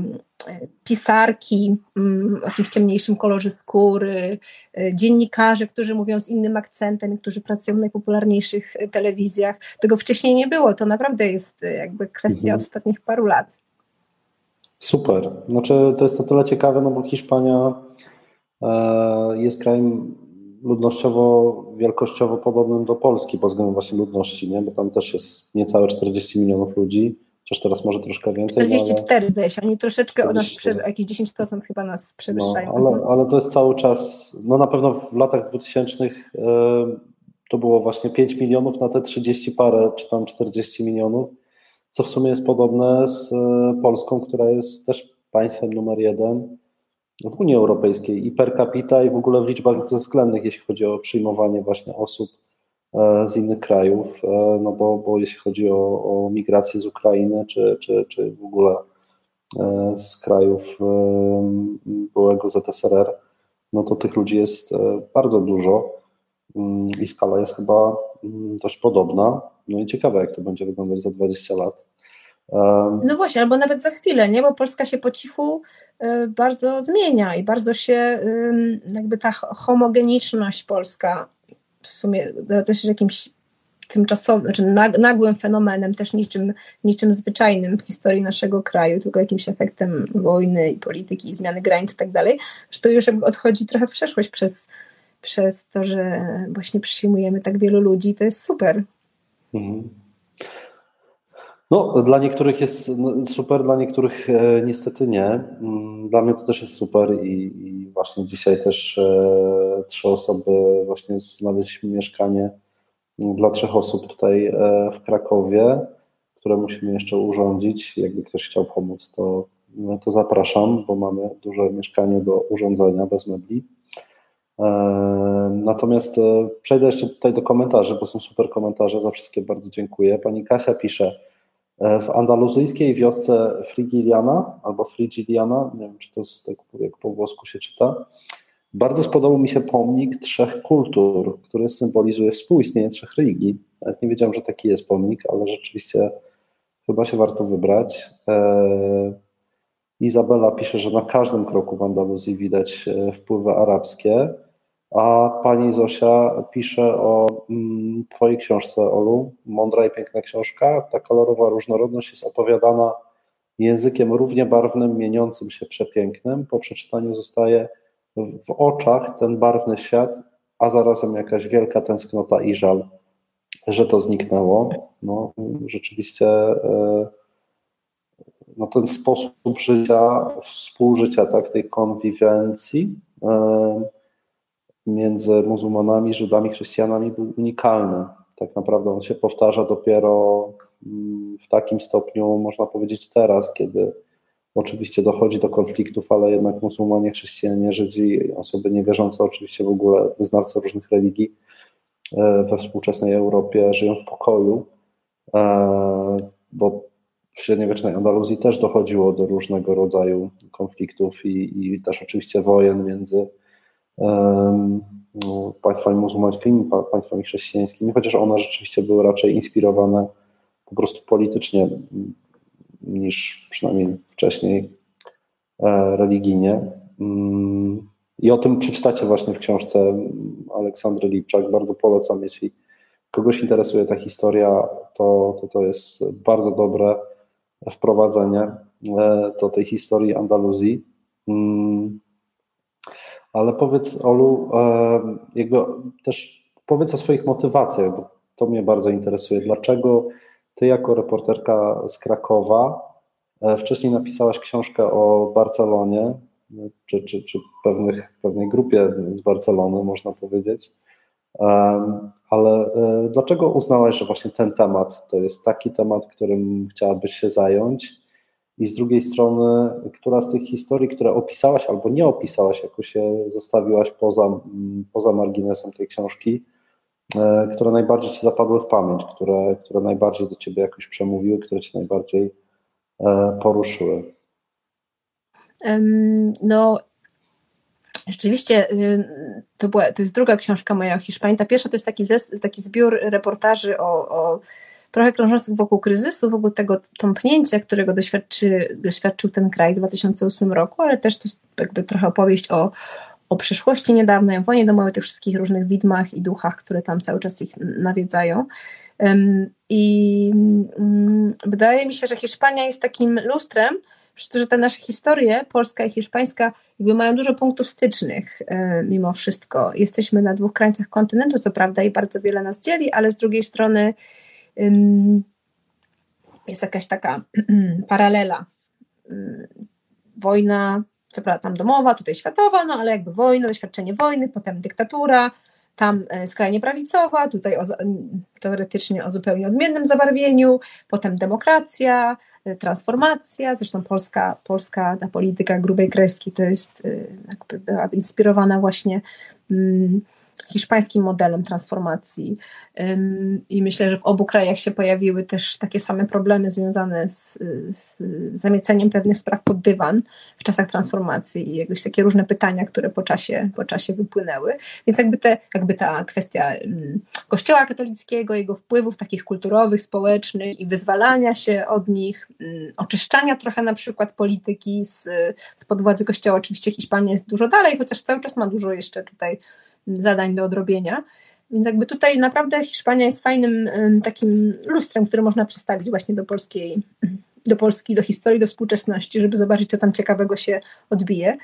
pisarki o tym w ciemniejszym kolorze skóry, dziennikarze, którzy mówią z innym akcentem, którzy pracują w najpopularniejszych telewizjach. Tego wcześniej nie było. To naprawdę jest jakby kwestia ostatnich paru lat. Super. Znaczy, to jest o tyle ciekawe, no bo Hiszpania jest krajem ludnościowo, wielkościowo podobnym do Polski pod względem właśnie ludności, nie? Bo tam też jest niecałe 40 milionów ludzi, chociaż teraz może troszkę więcej. 44 ale zdaje się, oni troszeczkę od nas, 44. jakieś 10% chyba nas przewyższają. Ale to jest cały czas, no na pewno w latach 2000 to było właśnie 5 milionów na te 30 parę, czy tam 40 milionów, co w sumie jest podobne z Polską, która jest też państwem numer jeden w Unii Europejskiej i per capita i w ogóle w liczbach względnych, jeśli chodzi o przyjmowanie właśnie osób z innych krajów, no bo jeśli chodzi o migrację z Ukrainy, czy w ogóle z krajów byłego ZSRR, no to tych ludzi jest bardzo dużo i skala jest chyba dość podobna. No i ciekawe, jak to będzie wyglądać za 20 lat. No właśnie, albo nawet za chwilę, nie? Bo Polska się po cichu bardzo zmienia i bardzo się jakby ta homogeniczność polska w sumie też jest jakimś tymczasowym, znaczy nagłym fenomenem, też niczym zwyczajnym w historii naszego kraju, tylko jakimś efektem wojny i polityki i zmiany granic i tak dalej, że to już jakby odchodzi trochę w przeszłość przez to, że właśnie przyjmujemy tak wielu ludzi, to jest super. No, dla niektórych jest super, dla niektórych niestety nie. Dla mnie to też jest super i właśnie dzisiaj też 3 osoby, właśnie znaleźliśmy mieszkanie dla 3 osób tutaj w Krakowie, które musimy jeszcze urządzić. Jakby ktoś chciał pomóc, to zapraszam, bo mamy duże mieszkanie do urządzenia bez mebli. Natomiast przejdę jeszcze tutaj do komentarzy, bo są super komentarze, za wszystkie bardzo dziękuję. Pani Kasia pisze: w andaluzyjskiej wiosce Frigiliana albo Frigiliana, nie wiem, czy to jest tak jak po włosku się czyta, bardzo spodobał mi się pomnik 3 kultur, który symbolizuje współistnienie 3 religii. Nawet nie wiedziałem, że taki jest pomnik, ale rzeczywiście chyba się warto wybrać. Izabela pisze, że na każdym kroku w Andaluzji widać wpływy arabskie, a pani Zosia pisze o twojej książce, Olu. Mądra i piękna książka. Ta kolorowa różnorodność jest opowiadana językiem równie barwnym, mieniącym się przepięknym. Po przeczytaniu zostaje w oczach ten barwny świat, a zarazem jakaś wielka tęsknota i żal, że to zniknęło. No, rzeczywiście no, ten sposób życia, współżycia, tak, tej konwiwencji między muzułmanami, Żydami, chrześcijanami był unikalny. Tak naprawdę on się powtarza dopiero w takim stopniu, można powiedzieć teraz, kiedy oczywiście dochodzi do konfliktów, ale jednak muzułmanie, chrześcijanie, Żydzi, osoby niewierzące, oczywiście w ogóle wyznawcy różnych religii we współczesnej Europie żyją w pokoju, bo w średniowiecznej Andaluzji też dochodziło do różnego rodzaju konfliktów i też oczywiście wojen między państwami muzułmańskimi, państwami chrześcijańskimi, chociaż one rzeczywiście były raczej inspirowane po prostu politycznie niż przynajmniej wcześniej religijnie. I o tym przeczytacie właśnie w książce Aleksandry Lipczak. Bardzo polecam, jeśli kogoś interesuje ta historia, to jest bardzo dobre wprowadzenie do tej historii Andaluzji. Ale powiedz, Olu, jakby też powiedz o swoich motywacjach, bo to mnie bardzo interesuje. Dlaczego ty jako reporterka z Krakowa wcześniej napisałaś książkę o Barcelonie, czy pewnej grupie z Barcelony, można powiedzieć, ale dlaczego uznałaś, że właśnie ten temat to jest taki temat, którym chciałabyś się zająć? I z drugiej strony, która z tych historii, które opisałaś albo nie opisałaś, jako się zostawiłaś poza marginesem tej książki, które najbardziej ci zapadły w pamięć, które najbardziej do ciebie jakoś przemówiły, które cię najbardziej poruszyły? No, rzeczywiście to jest druga książka moja o Hiszpanii. Ta pierwsza to jest taki zbiór reportaży o trochę krążących wokół kryzysu, wokół tego tąpnięcia, którego doświadczył ten kraj w 2008 roku, ale też to jest jakby trochę opowieść o przeszłości niedawnej, o wojnie domowej, tych wszystkich różnych widmach i duchach, które tam cały czas ich nawiedzają. I wydaje mi się, że Hiszpania jest takim lustrem, przez to, że te nasze historie, polska i hiszpańska, jakby mają dużo punktów stycznych mimo wszystko. Jesteśmy na dwóch krańcach kontynentu, co prawda, i bardzo wiele nas dzieli, ale z drugiej strony jest jakaś taka paralela. Wojna, co prawda tam domowa, tutaj światowa, no ale jakby wojna, doświadczenie wojny, potem dyktatura, tam skrajnie prawicowa, tutaj teoretycznie o zupełnie odmiennym zabarwieniu, potem demokracja, transformacja, zresztą polska ta polityka grubej kreski to jest jakby była inspirowana właśnie hiszpańskim modelem transformacji i myślę, że w obu krajach się pojawiły też takie same problemy związane z zamieceniem pewnych spraw pod dywan w czasach transformacji i jakieś takie różne pytania, które po czasie wypłynęły. Więc jakby ta kwestia Kościoła katolickiego, jego wpływów takich kulturowych, społecznych i wyzwalania się od nich, oczyszczania trochę na przykład polityki spod władzy Kościoła. Oczywiście Hiszpania jest dużo dalej, chociaż cały czas ma dużo jeszcze tutaj zadań do odrobienia. Więc jakby tutaj naprawdę Hiszpania jest fajnym takim lustrem, które można przedstawić właśnie do Polski, do historii, do współczesności, żeby zobaczyć, co tam ciekawego się odbije.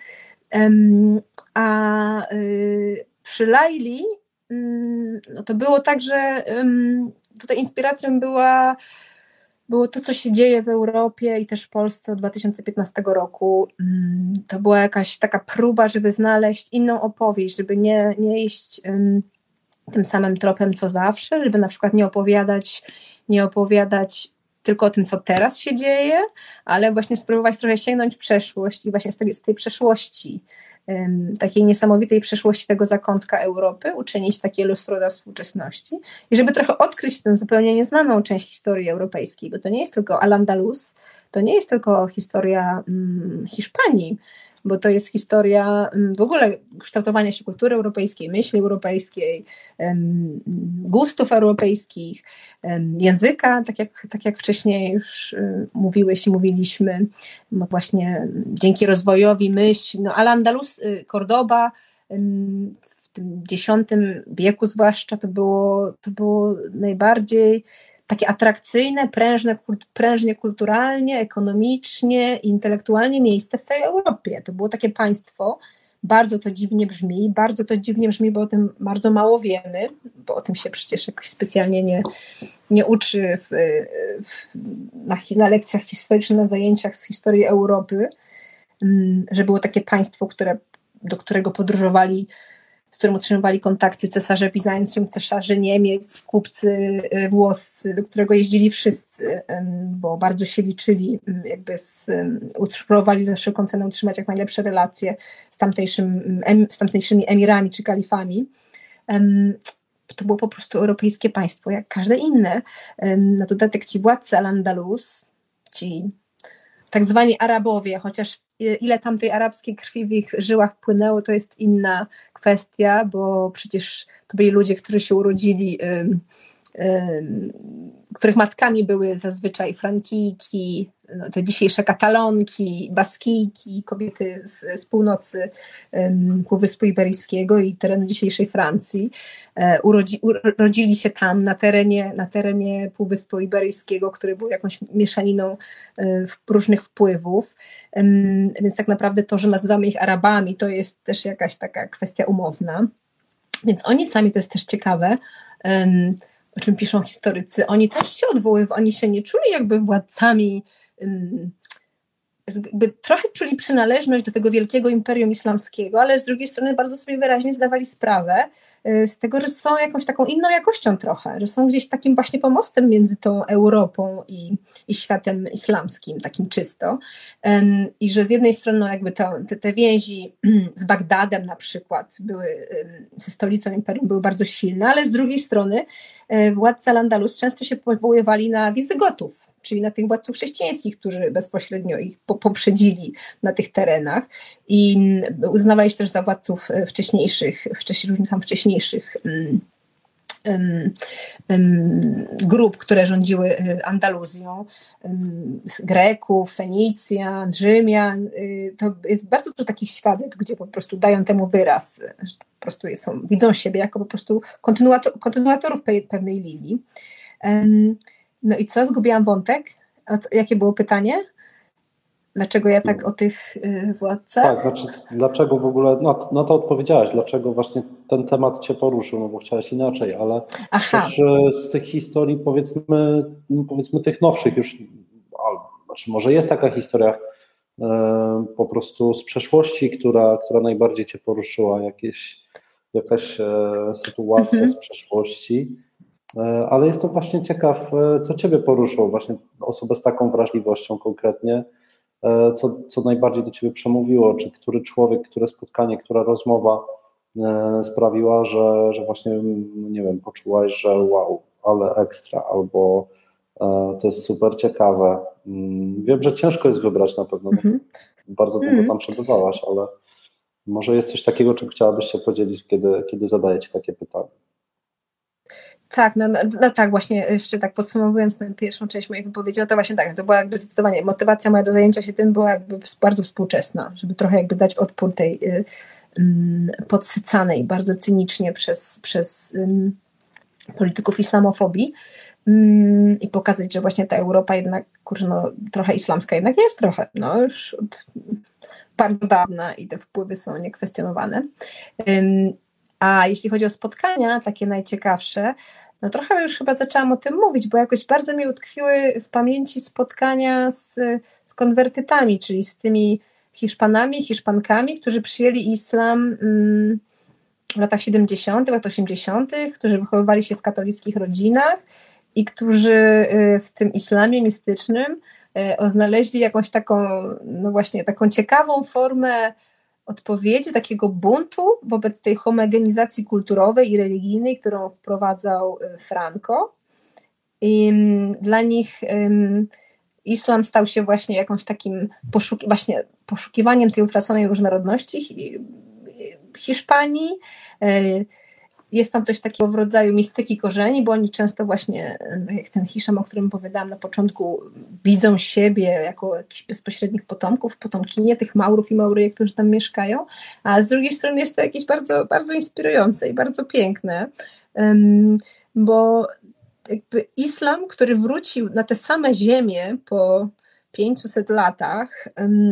A przy Laili no to było tak, że tutaj inspiracją było to, co się dzieje w Europie i też w Polsce od 2015 roku. To była jakaś taka próba, żeby znaleźć inną opowieść, żeby nie iść tym samym tropem, co zawsze, żeby na przykład nie opowiadać tylko o tym, co teraz się dzieje, ale właśnie spróbować trochę sięgnąć w przeszłość i właśnie z tej przeszłości, takiej niesamowitej przeszłości tego zakątka Europy, uczynić takie lustro dla współczesności i żeby trochę odkryć tę zupełnie nieznaną część historii europejskiej, bo to nie jest tylko Al-Andalus, to nie jest tylko historia Hiszpanii, bo to jest historia w ogóle kształtowania się kultury europejskiej, myśli europejskiej, gustów europejskich, języka, tak jak wcześniej już mówiłeś i mówiliśmy, no właśnie dzięki rozwojowi myśl, no Al-Andalus, Cordoba w tym X wieku zwłaszcza to było najbardziej takie atrakcyjne, prężnie kulturalnie, ekonomicznie, intelektualnie miejsce w całej Europie. To było takie państwo, bardzo to dziwnie brzmi, bo o tym bardzo mało wiemy, bo o tym się przecież jakoś specjalnie nie uczy na lekcjach historycznych, na zajęciach z historii Europy, że było takie państwo, do którego podróżowali, z którym utrzymywali kontakty cesarze Bizancjum, cesarze Niemiec, kupcy włoscy, do którego jeździli wszyscy, bo bardzo się liczyli, jakby próbowali za wszelką cenę utrzymać jak najlepsze relacje z tamtejszymi emirami czy kalifami. To było po prostu europejskie państwo, jak każde inne. Na dodatek ci władcy Al-Andalus, ci tak zwani Arabowie, chociaż ile tam tej arabskiej krwi w ich żyłach płynęło, to jest inna kwestia, bo przecież to byli ludzie, którzy się urodzili, których matkami były zazwyczaj Frankijki, no, te dzisiejsze Katalonki, Baskijki, kobiety z północy Półwyspu Iberyjskiego i terenu dzisiejszej Francji. Urodzili się tam na terenie Półwyspu Iberyjskiego, który był jakąś mieszaniną różnych wpływów. Więc tak naprawdę to, że nazywamy ich Arabami, to jest też jakaś taka kwestia umowna. Więc oni sami, to jest też ciekawe, o czym piszą historycy, oni też się oni się nie czuli jakby władcami, jakby trochę czuli przynależność do tego wielkiego imperium islamskiego, ale z drugiej strony bardzo sobie wyraźnie zdawali sprawę z tego, że są jakąś taką inną jakością trochę, że są gdzieś takim właśnie pomostem między tą Europą i światem islamskim, takim czysto. I że z jednej strony no jakby te więzi z Bagdadem na przykład ze stolicą imperium były bardzo silne, ale z drugiej strony władcy Al-Andalus często się powoływali na Wizygotów, czyli na tych władców chrześcijańskich, którzy bezpośrednio ich poprzedzili na tych terenach i uznawali się też za władców wcześniejszych grup, które rządziły Andaluzją, Greków, Fenicjan, Rzymian. To jest bardzo dużo takich świadectw, gdzie po prostu dają temu wyraz, że po prostu widzą siebie jako po prostu kontynuatorów pewnej linii. No i co? Zgubiłam wątek? Jakie było pytanie? Dlaczego ja tak o tych władcach? Tak, znaczy dlaczego w ogóle, no to odpowiedziałaś, dlaczego właśnie ten temat Cię poruszył, no bo chciałaś inaczej, ale też z tych historii powiedzmy tych nowszych już, znaczy może jest taka historia po prostu z przeszłości, która najbardziej Cię poruszyła, jakaś sytuacja z przeszłości, ale jestem właśnie ciekaw, co Ciebie poruszyło, właśnie osobę z taką wrażliwością konkretnie, co najbardziej do Ciebie przemówiło, czy który człowiek, które spotkanie, która rozmowa sprawiła, że właśnie, nie wiem, poczułaś, że wow, ale ekstra, albo to jest super ciekawe. Wiem, że ciężko jest wybrać na pewno, bardzo długo tam przebywałaś, ale może jest coś takiego, czym chciałabyś się podzielić, kiedy zadaję Ci takie pytanie. Tak, no tak, właśnie jeszcze tak podsumowując tę pierwszą część mojej wypowiedzi, no to właśnie tak, to była jakby zdecydowanie motywacja moja do zajęcia się tym była jakby bardzo współczesna, żeby trochę jakby dać odpór tej podsycanej bardzo cynicznie przez polityków islamofobii i pokazać, że właśnie ta Europa jednak, trochę islamska jednak jest trochę, no już od bardzo dawna i te wpływy są niekwestionowane. A jeśli chodzi o spotkania, takie najciekawsze, no trochę już chyba zaczęłam o tym mówić, bo jakoś bardzo mi utkwiły w pamięci spotkania z konwertytami, czyli z tymi Hiszpanami, Hiszpankami, którzy przyjęli islam w latach 70., latach 80., którzy wychowywali się w katolickich rodzinach i którzy w tym islamie mistycznym znaleźli jakąś taką, no właśnie taką ciekawą formę odpowiedzi, takiego buntu wobec tej homogenizacji kulturowej i religijnej, którą wprowadzał Franco. I dla nich islam stał się właśnie jakąś takim poszukiwaniem tej utraconej różnorodności Hiszpanii. Jest tam coś takiego w rodzaju mistyki korzeni, bo oni często właśnie, jak ten Hiszam, o którym opowiadałam na początku, widzą siebie jako jakichś bezpośrednich potomków, potomkinie tych Maurów i Mauryjek, którzy tam mieszkają, a z drugiej strony jest to jakieś bardzo, bardzo inspirujące i bardzo piękne, bo jakby islam, który wrócił na te same ziemie po 500 latach,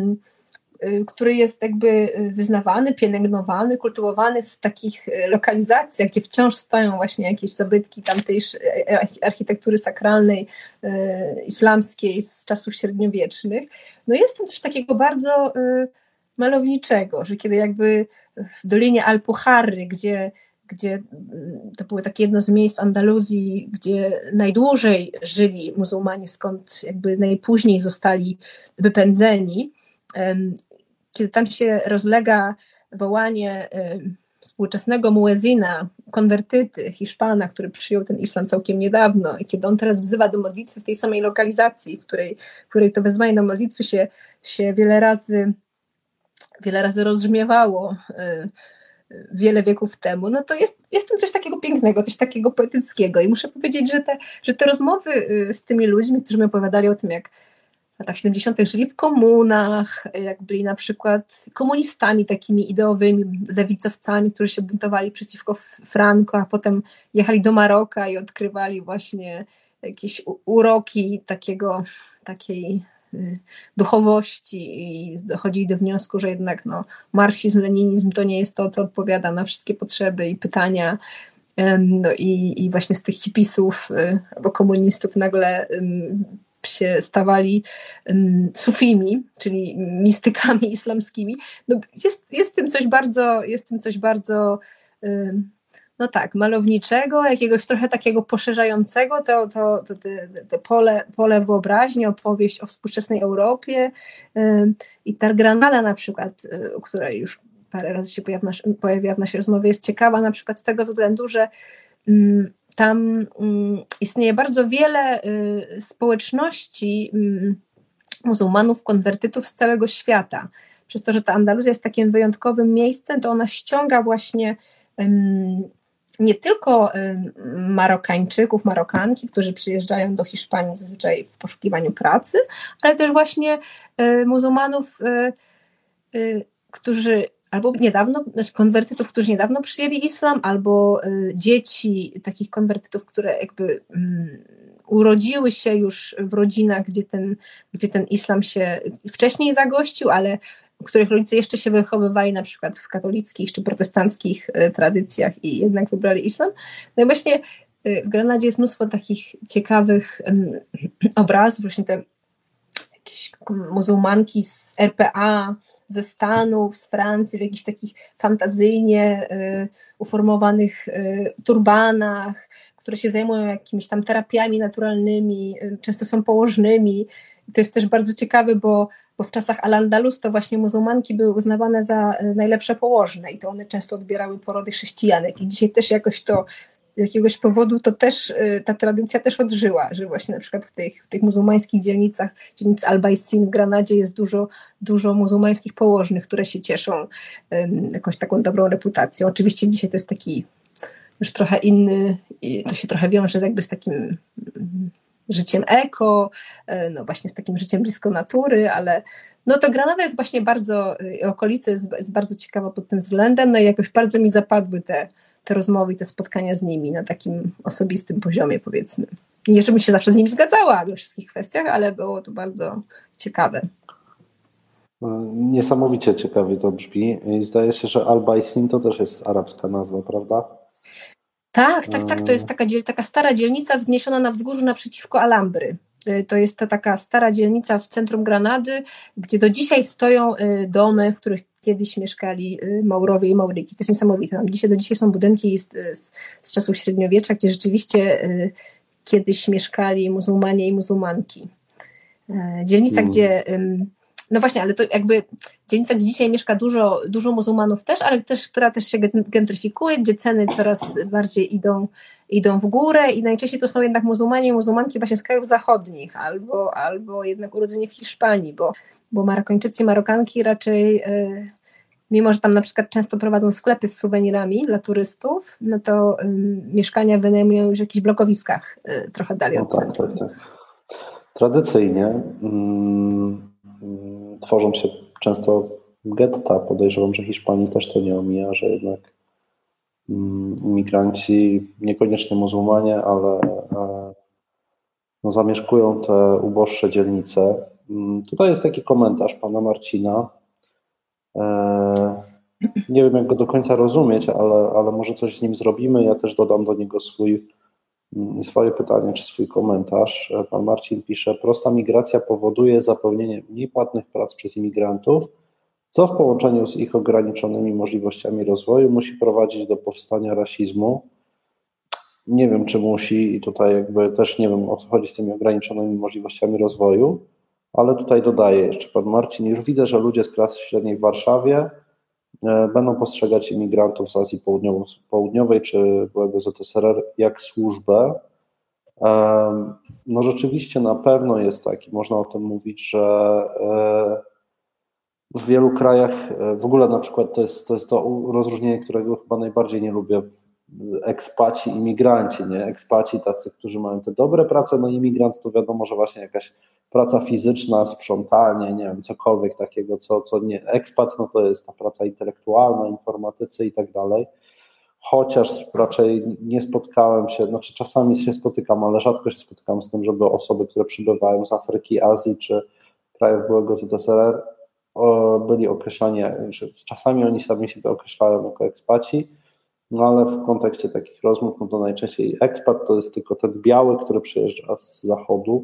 który jest jakby wyznawany, pielęgnowany, kultywowany w takich lokalizacjach, gdzie wciąż stoją właśnie jakieś zabytki tamtejszej architektury sakralnej, islamskiej z czasów średniowiecznych. No jest tam coś takiego bardzo malowniczego, że kiedy jakby w Dolinie Alpujarry, gdzie to było takie jedno z miejsc Andaluzji, gdzie najdłużej żyli muzułmanie, skąd jakby najpóźniej zostali wypędzeni, kiedy tam się rozlega wołanie współczesnego muezina, konwertyty, Hiszpana, który przyjął ten islam całkiem niedawno i kiedy on teraz wzywa do modlitwy w tej samej lokalizacji, w której to wezwanie do modlitwy się wiele razy rozbrzmiewało wiele wieków temu, no to jest tam coś takiego pięknego, coś takiego poetyckiego i muszę powiedzieć, że te rozmowy z tymi ludźmi, którzy mi opowiadali o tym, jak w latach 70. żyli w komunach, jak byli na przykład komunistami takimi ideowymi, lewicowcami, którzy się buntowali przeciwko Franco, a potem jechali do Maroka i odkrywali właśnie jakieś uroki takiej duchowości i dochodzili do wniosku, że jednak marksizm, leninizm to nie jest to, co odpowiada na wszystkie potrzeby i pytania. No i właśnie z tych hipisów albo komunistów nagle się stawali sufimi, czyli mistykami islamskimi. No jest w tym coś bardzo no tak, malowniczego, jakiegoś trochę takiego poszerzającego to pole wyobraźni, opowieść o współczesnej Europie i ta Granada na przykład, która już parę razy się pojawiła w naszej rozmowie, jest ciekawa na przykład z tego względu, że tam istnieje bardzo wiele społeczności muzułmanów, konwertytów z całego świata. Przez to, że ta Andaluzja jest takim wyjątkowym miejscem, to ona ściąga właśnie nie tylko Marokańczyków, Marokanki, którzy przyjeżdżają do Hiszpanii zazwyczaj w poszukiwaniu pracy, ale też właśnie muzułmanów, którzy albo niedawno, znaczy konwertytów, którzy niedawno przyjęli islam, albo dzieci takich konwertytów, które jakby urodziły się już w rodzinach, gdzie ten islam się wcześniej zagościł, ale których rodzice jeszcze się wychowywali na przykład w katolickich czy protestanckich tradycjach i jednak wybrali islam. No i właśnie w Granadzie jest mnóstwo takich ciekawych obrazów, właśnie te jakieś muzułmanki z RPA, ze Stanów, z Francji, w jakichś takich fantazyjnie uformowanych turbanach, które się zajmują jakimiś tam terapiami naturalnymi, często są położnymi. I to jest też bardzo ciekawe, bo w czasach Al-Andalus to właśnie muzułmanki były uznawane za najlepsze położne i to one często odbierały porody chrześcijanek. I dzisiaj też jakoś to z jakiegoś powodu to też ta tradycja też odżyła, że właśnie na przykład w tych muzułmańskich dzielnicach, dzielnic Al-Baisin w Granadzie jest dużo muzułmańskich położnych, które się cieszą jakąś taką dobrą reputacją. Oczywiście dzisiaj to jest taki już trochę inny, i to się trochę wiąże jakby z takim życiem eko, no właśnie z takim życiem blisko natury, ale no to Granada jest właśnie bardzo, okolica jest bardzo ciekawa pod tym względem, no i jakoś bardzo mi zapadły te rozmowy i te spotkania z nimi na takim osobistym poziomie, powiedzmy. Nie, żebym się zawsze z nimi zgadzała we wszystkich kwestiach, ale było to bardzo ciekawe. Niesamowicie ciekawie to brzmi. I zdaje się, że Al-Baisin to też jest arabska nazwa, prawda? Tak. To jest taka stara dzielnica wzniesiona na wzgórzu naprzeciwko Alhambry. To jest to taka stara dzielnica w centrum Granady, gdzie do dzisiaj stoją domy, w których kiedyś mieszkali Maurowie i Mauryki. To jest niesamowite. Do dzisiaj są budynki z czasów średniowiecza, gdzie rzeczywiście kiedyś mieszkali muzułmanie i muzułmanki. Dzielnica, gdzie... No właśnie, ale to jakby dzielnica, gdzie dzisiaj mieszka dużo muzułmanów też, ale też, która też się gentryfikuje, gdzie ceny coraz bardziej idą w górę i najczęściej to są jednak muzułmanie i muzułmanki właśnie z krajów zachodnich albo jednak urodzeni w Hiszpanii, bo Marokańczycy i Marokanki raczej, mimo że tam na przykład często prowadzą sklepy z suwenirami dla turystów, no to mieszkania wynajmują już w jakichś blokowiskach trochę dalej od centrum. Tak. Tradycyjnie tworzą się często getta. Podejrzewam, że Hiszpanii też to nie omija, że jednak imigranci, niekoniecznie muzułmanie, ale no, zamieszkują te uboższe dzielnice. Tutaj jest taki komentarz pana Marcina. Nie wiem, jak go do końca rozumieć, ale może coś z nim zrobimy. Ja też dodam do niego swoje pytanie czy swój komentarz. Pan Marcin pisze: prosta migracja powoduje zapełnienie mniej płatnych prac przez imigrantów, co w połączeniu z ich ograniczonymi możliwościami rozwoju musi prowadzić do powstania rasizmu. Nie wiem, czy musi, i tutaj jakby też nie wiem, o co chodzi z tymi ograniczonymi możliwościami rozwoju, ale tutaj dodaję jeszcze pan Marcin: już widzę, że ludzie z klasy średniej w Warszawie będą postrzegać imigrantów z Azji Południowej czy byłego ZSRR jak służbę. No rzeczywiście na pewno jest tak i można o tym mówić, że w wielu krajach w ogóle na przykład to jest to rozróżnienie, którego chyba najbardziej nie lubię: ekspaci, imigranci, nie? Ekspaci tacy, którzy mają te dobre prace, no imigrant to wiadomo, że właśnie jakaś praca fizyczna, sprzątanie, nie wiem, cokolwiek takiego, co nie. Ekspat, no to jest ta praca intelektualna, informatycy i tak dalej. Chociaż raczej nie spotkałem się, znaczy czasami się spotykam, ale rzadko się spotykam z tym, żeby osoby, które przybywają z Afryki, Azji czy krajów byłego ZSRR byli określani, że czasami oni sami siebie określają jako ekspaci, no ale w kontekście takich rozmów, no to najczęściej ekspat to jest tylko ten biały, który przyjeżdża z zachodu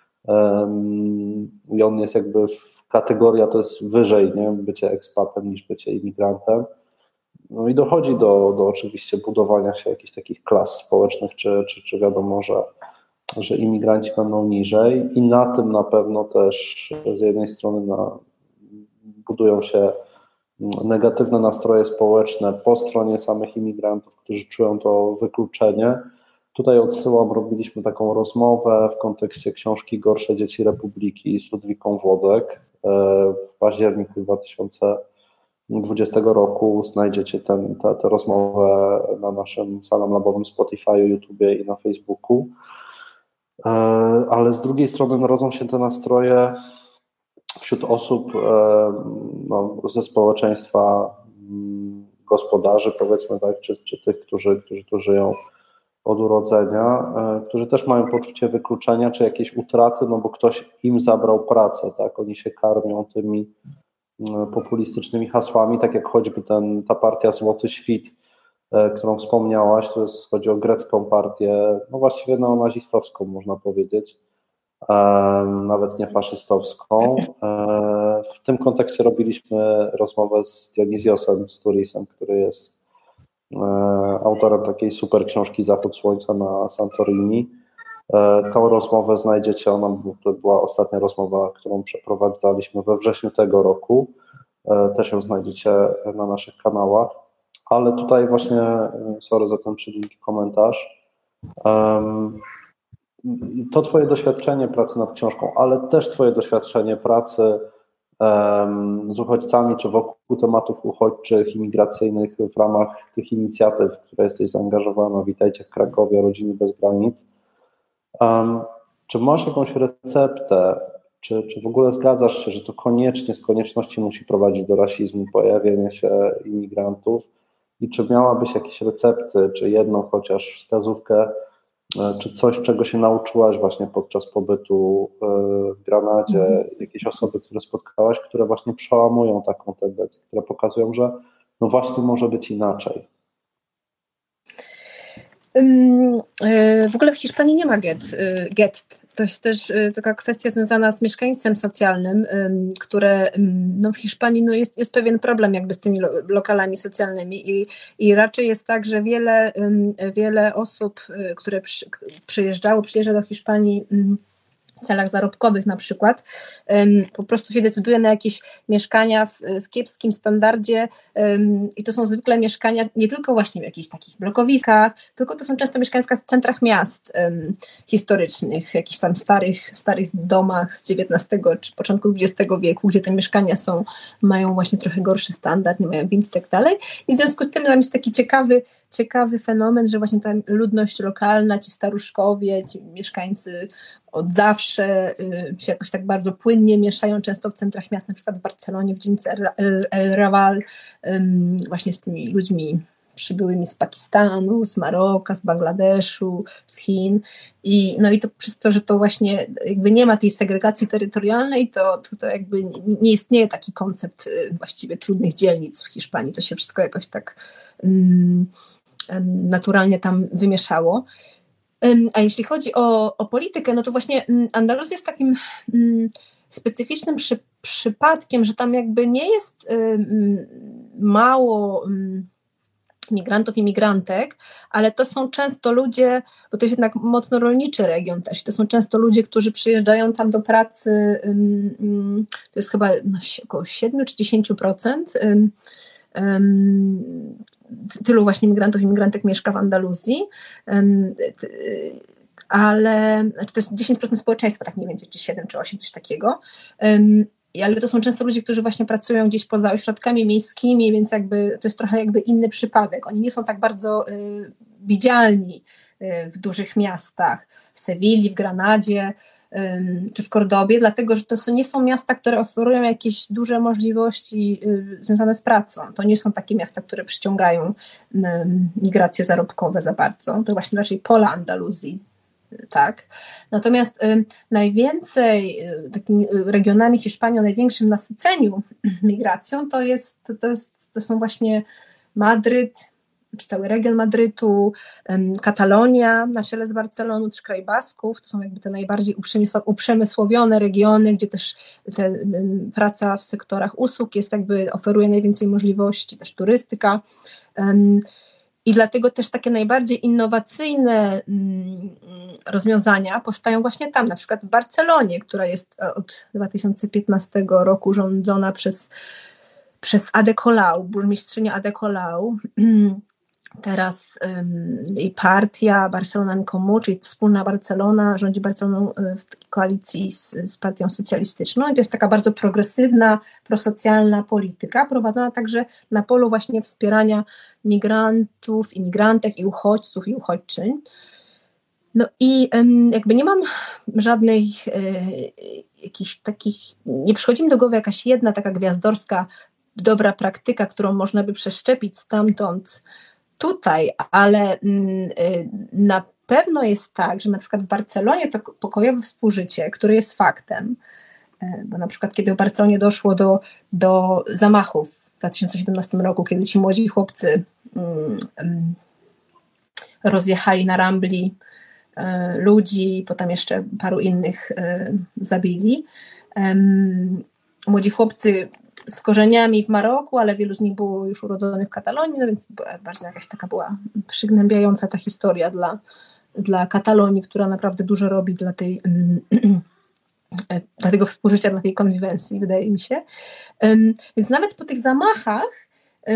i on jest jakby kategoria, to jest wyżej, nie, bycie ekspatem niż bycie imigrantem. No i dochodzi do oczywiście budowania się jakichś takich klas społecznych, czy wiadomo, że imigranci będą niżej i na tym na pewno też z jednej strony budują się negatywne nastroje społeczne po stronie samych imigrantów, którzy czują to wykluczenie. Tutaj odsyłam, robiliśmy taką rozmowę w kontekście książki Gorsze dzieci Republiki z Ludwiką Włodek w październiku 2019 2020 roku znajdziecie tę rozmowę na naszym Salam Labowym Spotify, YouTubie i na Facebooku. Ale z drugiej strony rodzą się te nastroje wśród osób ze społeczeństwa gospodarzy, powiedzmy tak, czy tych, którzy tu żyją od urodzenia, którzy też mają poczucie wykluczenia czy jakiejś utraty, no bo ktoś im zabrał pracę, tak? Oni się karmią tymi populistycznymi hasłami, tak jak choćby ta partia Złoty Świt, którą wspomniałaś, chodzi o grecką partię, no właściwie neonazistowską można powiedzieć, nawet nie faszystowską. W tym kontekście robiliśmy rozmowę z Dionizjosem Sturisem, który jest autorem takiej super książki Zachód Słońca na Santorini. Tą rozmowę znajdziecie, to była ostatnia rozmowa, którą przeprowadzaliśmy we wrześniu tego roku. Też ją znajdziecie na naszych kanałach. Ale tutaj właśnie, sorry za ten przydługi komentarz, to twoje doświadczenie pracy nad książką, ale też twoje doświadczenie pracy z uchodźcami, czy wokół tematów uchodźczych, imigracyjnych w ramach tych inicjatyw, w które jesteś zaangażowana, Witajcie w Krakowie, Rodziny bez granic. Czy masz jakąś receptę, czy w ogóle zgadzasz się, że to koniecznie, z konieczności musi prowadzić do rasizmu, pojawienie się imigrantów i czy miałabyś jakieś recepty, czy jedną chociaż wskazówkę, czy coś, czego się nauczyłaś właśnie podczas pobytu w Granadzie, jakieś osoby, które spotkałaś, które właśnie przełamują taką tendencję, które pokazują, że no właśnie może być inaczej? W ogóle w Hiszpanii nie ma gett. To jest też taka kwestia związana z mieszkalnictwem socjalnym, które no w Hiszpanii no jest pewien problem jakby z tymi lokalami socjalnymi i raczej jest tak, że wiele osób, które przyjeżdża do Hiszpanii w celach zarobkowych na przykład, po prostu się decyduje na jakieś mieszkania w kiepskim standardzie i to są zwykle mieszkania nie tylko właśnie w jakichś takich blokowiskach, tylko to są często mieszkania w centrach miast historycznych, jakichś tam starych domach z XIX czy początku XX wieku, gdzie te mieszkania mają właśnie trochę gorszy standard, nie mają windy i tak dalej. I w związku z tym tam jest taki ciekawy fenomen, że właśnie ta ludność lokalna, ci staruszkowie, ci mieszkańcy od zawsze się jakoś tak bardzo płynnie mieszają często w centrach miast, na przykład w Barcelonie, w dzielnicy El Raval, właśnie z tymi ludźmi przybyłymi z Pakistanu, z Maroka, z Bangladeszu, z Chin i to przez to, że to właśnie jakby nie ma tej segregacji terytorialnej, to jakby nie istnieje taki koncept właściwie trudnych dzielnic w Hiszpanii, to się wszystko jakoś tak naturalnie tam wymieszało. A jeśli chodzi o politykę, no to właśnie Andaluzja jest takim specyficznym przypadkiem, że tam jakby nie jest mało migrantów i migrantek, ale to są często ludzie, bo to jest jednak mocno rolniczy region też, to są często ludzie, którzy przyjeżdżają tam do pracy, to jest chyba około 7 czy 10%, tylu właśnie migrantów i migrantek mieszka w Andaluzji, ale to jest 10% społeczeństwa, tak mniej więcej, czy 7 czy 8, coś takiego, ale to są często ludzie, którzy właśnie pracują gdzieś poza ośrodkami miejskimi, więc jakby to jest trochę jakby inny przypadek. Oni nie są tak bardzo widzialni w dużych miastach, w Sewilli, w Granadzie czy w Kordobie, dlatego że to nie są miasta, które oferują jakieś duże możliwości związane z pracą. To nie są takie miasta, które przyciągają migracje zarobkowe za bardzo. To właśnie raczej pola Andaluzji. Tak. Natomiast najwięcej takimi regionami Hiszpanii o największym nasyceniu migracją to są właśnie Madryt, czy cały region Madrytu, Katalonia na czele z Barceloną, czy kraj Basków, to są jakby te najbardziej uprzemysłowione regiony, gdzie też praca w sektorach usług jest jakby oferuje najwięcej możliwości, też turystyka. I dlatego też takie najbardziej innowacyjne rozwiązania powstają właśnie tam, na przykład w Barcelonie, która jest od 2015 roku rządzona przez Ada Colau, burmistrzynię Ada Colau, teraz i partia Barcelona en Comú, czyli wspólna Barcelona, rządzi Barceloną w koalicji z partią socjalistyczną i to jest taka bardzo progresywna, prosocjalna polityka, prowadzona także na polu właśnie wspierania migrantów, imigrantek i uchodźców i uchodźczyń. No i jakby nie mam żadnych jakichś takich, nie przychodzi mi do głowy jakaś jedna taka gwiazdorska dobra praktyka, którą można by przeszczepić stamtąd tutaj, ale na pewno jest tak, że na przykład w Barcelonie to pokojowe współżycie, które jest faktem, bo na przykład kiedy w Barcelonie doszło do zamachów w 2017 roku, kiedy ci młodzi chłopcy rozjechali na Rambli ludzi, potem jeszcze paru innych zabili. Młodzi chłopcy z korzeniami w Maroku, ale wielu z nich było już urodzonych w Katalonii, no więc bardzo jakaś taka była przygnębiająca ta historia dla Katalonii, która naprawdę dużo robi dla tego współżycia, dla tej konwiwencji, wydaje mi się. Więc nawet po tych zamachach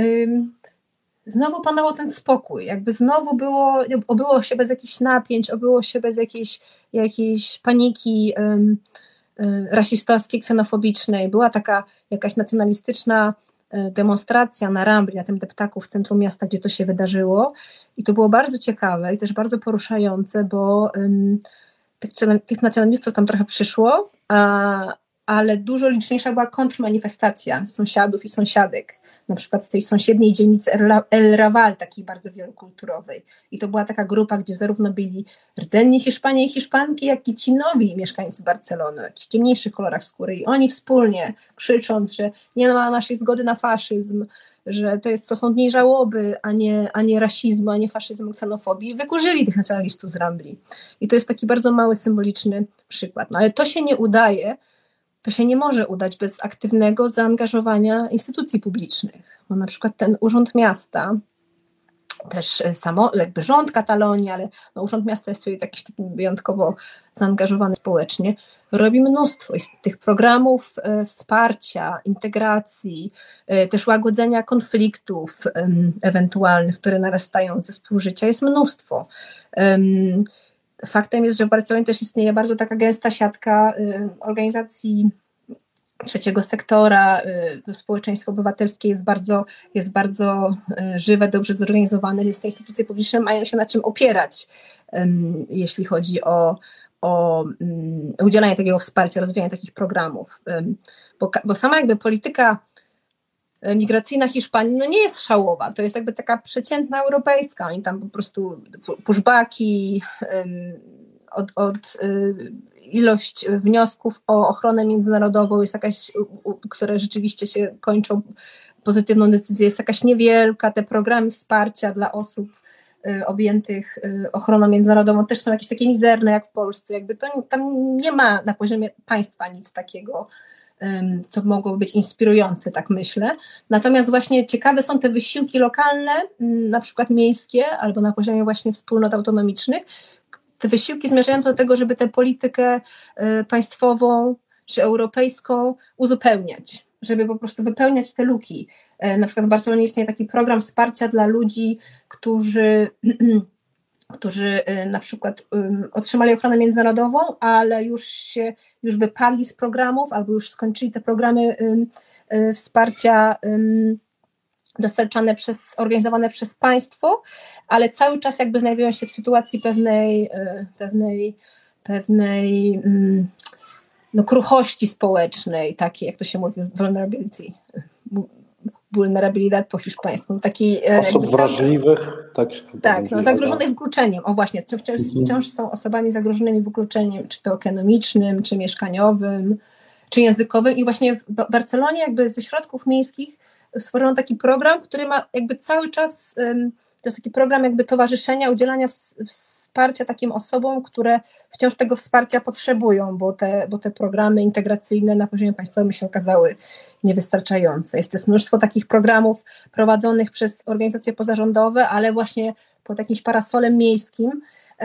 znowu panował ten spokój, jakby znowu obyło się bez jakichś napięć, obyło się bez jakiejś paniki rasistowskiej, ksenofobicznej. Była taka jakaś nacjonalistyczna demonstracja na Rambli, na tym deptaku w centrum miasta, gdzie to się wydarzyło i to było bardzo ciekawe i też bardzo poruszające, bo tych nacjonalistów tam trochę przyszło, ale dużo liczniejsza była kontrmanifestacja sąsiadów i sąsiadek, na przykład z tej sąsiedniej dzielnicy El Raval, takiej bardzo wielokulturowej. I to była taka grupa, gdzie zarówno byli rdzenni Hiszpanie i Hiszpanki, jak i ci nowi mieszkańcy Barcelony, o jakichś ciemniejszych kolorach skóry. I oni wspólnie, krzycząc, że nie ma naszej zgody na faszyzm, że to są dni żałoby, a nie rasizmu, a nie faszyzmu, ksenofobii, wykurzyli tych nacjonalistów z Rambli. I to jest taki bardzo mały, symboliczny przykład. No ale to się nie udaje, to się nie może udać bez aktywnego zaangażowania instytucji publicznych. Bo na przykład ten Urząd Miasta, też jakby rząd Katalonii, ale Urząd Miasta jest tutaj taki wyjątkowo zaangażowany społecznie, robi mnóstwo tych programów wsparcia, integracji, też łagodzenia konfliktów ewentualnych, które narastają ze współżycia, jest mnóstwo. Faktem jest, że w Barcelonie też istnieje bardzo taka gęsta siatka organizacji trzeciego sektora, to społeczeństwo obywatelskie jest bardzo żywe, dobrze zorganizowane, więc te instytucje publiczne mają się na czym opierać, jeśli chodzi o udzielanie takiego wsparcia, rozwijanie takich programów. Bo sama jakby polityka migracyjna Hiszpanii nie jest szałowa, to jest jakby taka przeciętna europejska, oni tam po prostu pushbacki, ilość wniosków o ochronę międzynarodową jest jakaś, które rzeczywiście się kończą pozytywną decyzją, jest jakaś niewielka, te programy wsparcia dla osób objętych ochroną międzynarodową też są jakieś takie mizerne jak w Polsce, jakby to tam nie ma na poziomie państwa nic takiego, co mogłoby być inspirujące, tak myślę. Natomiast właśnie ciekawe są te wysiłki lokalne, na przykład miejskie albo na poziomie właśnie wspólnot autonomicznych, te wysiłki zmierzające do tego, żeby tę politykę państwową czy europejską uzupełniać, żeby po prostu wypełniać te luki. Na przykład w Barcelonie istnieje taki program wsparcia dla ludzi, którzy na przykład otrzymali ochronę międzynarodową, ale już wypadli z programów albo już skończyli te programy wsparcia dostarczane organizowane przez państwo, ale cały czas jakby znajdują się w sytuacji pewnej kruchości społecznej, takiej, jak to się mówi, vulnerabilidad po hiszpańsku. Osób wrażliwych. Zagrożonych wykluczeniem. O właśnie, wciąż są osobami zagrożonymi wykluczeniem, czy to ekonomicznym, czy mieszkaniowym, czy językowym i właśnie w Barcelonie jakby ze środków miejskich stworzono taki program, który ma jakby cały czas, to jest taki program jakby towarzyszenia, udzielania wsparcia takim osobom, które wciąż tego wsparcia potrzebują, bo te programy integracyjne na poziomie państwowym się okazały niewystarczające. Jest też mnóstwo takich programów prowadzonych przez organizacje pozarządowe, ale właśnie pod jakimś parasolem miejskim,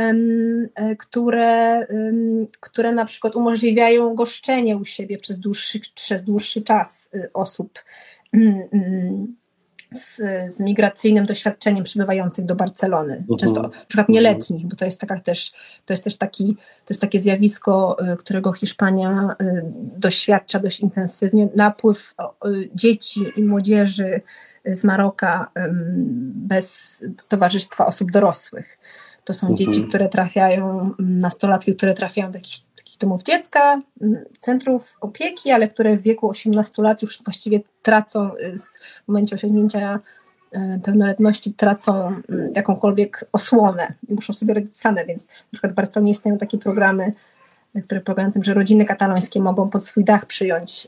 które na przykład umożliwiają goszczenie u siebie przez dłuższy czas osób z migracyjnym doświadczeniem przybywających do Barcelony. Często na przykład nieletnich, bo to jest też takie zjawisko, którego Hiszpania doświadcza dość intensywnie. Napływ dzieci i młodzieży z Maroka bez towarzystwa osób dorosłych. To są dzieci, które trafiają, nastolatki, które trafiają do jakichś takich domów dziecka, centrów opieki, ale które w wieku 18 lat już właściwie tracą, w momencie osiągnięcia pełnoletności tracą jakąkolwiek osłonę i muszą sobie radzić same, więc na przykład w Barcelonie istnieją takie programy, które polegają na tym, że rodziny katalońskie mogą pod swój dach przyjąć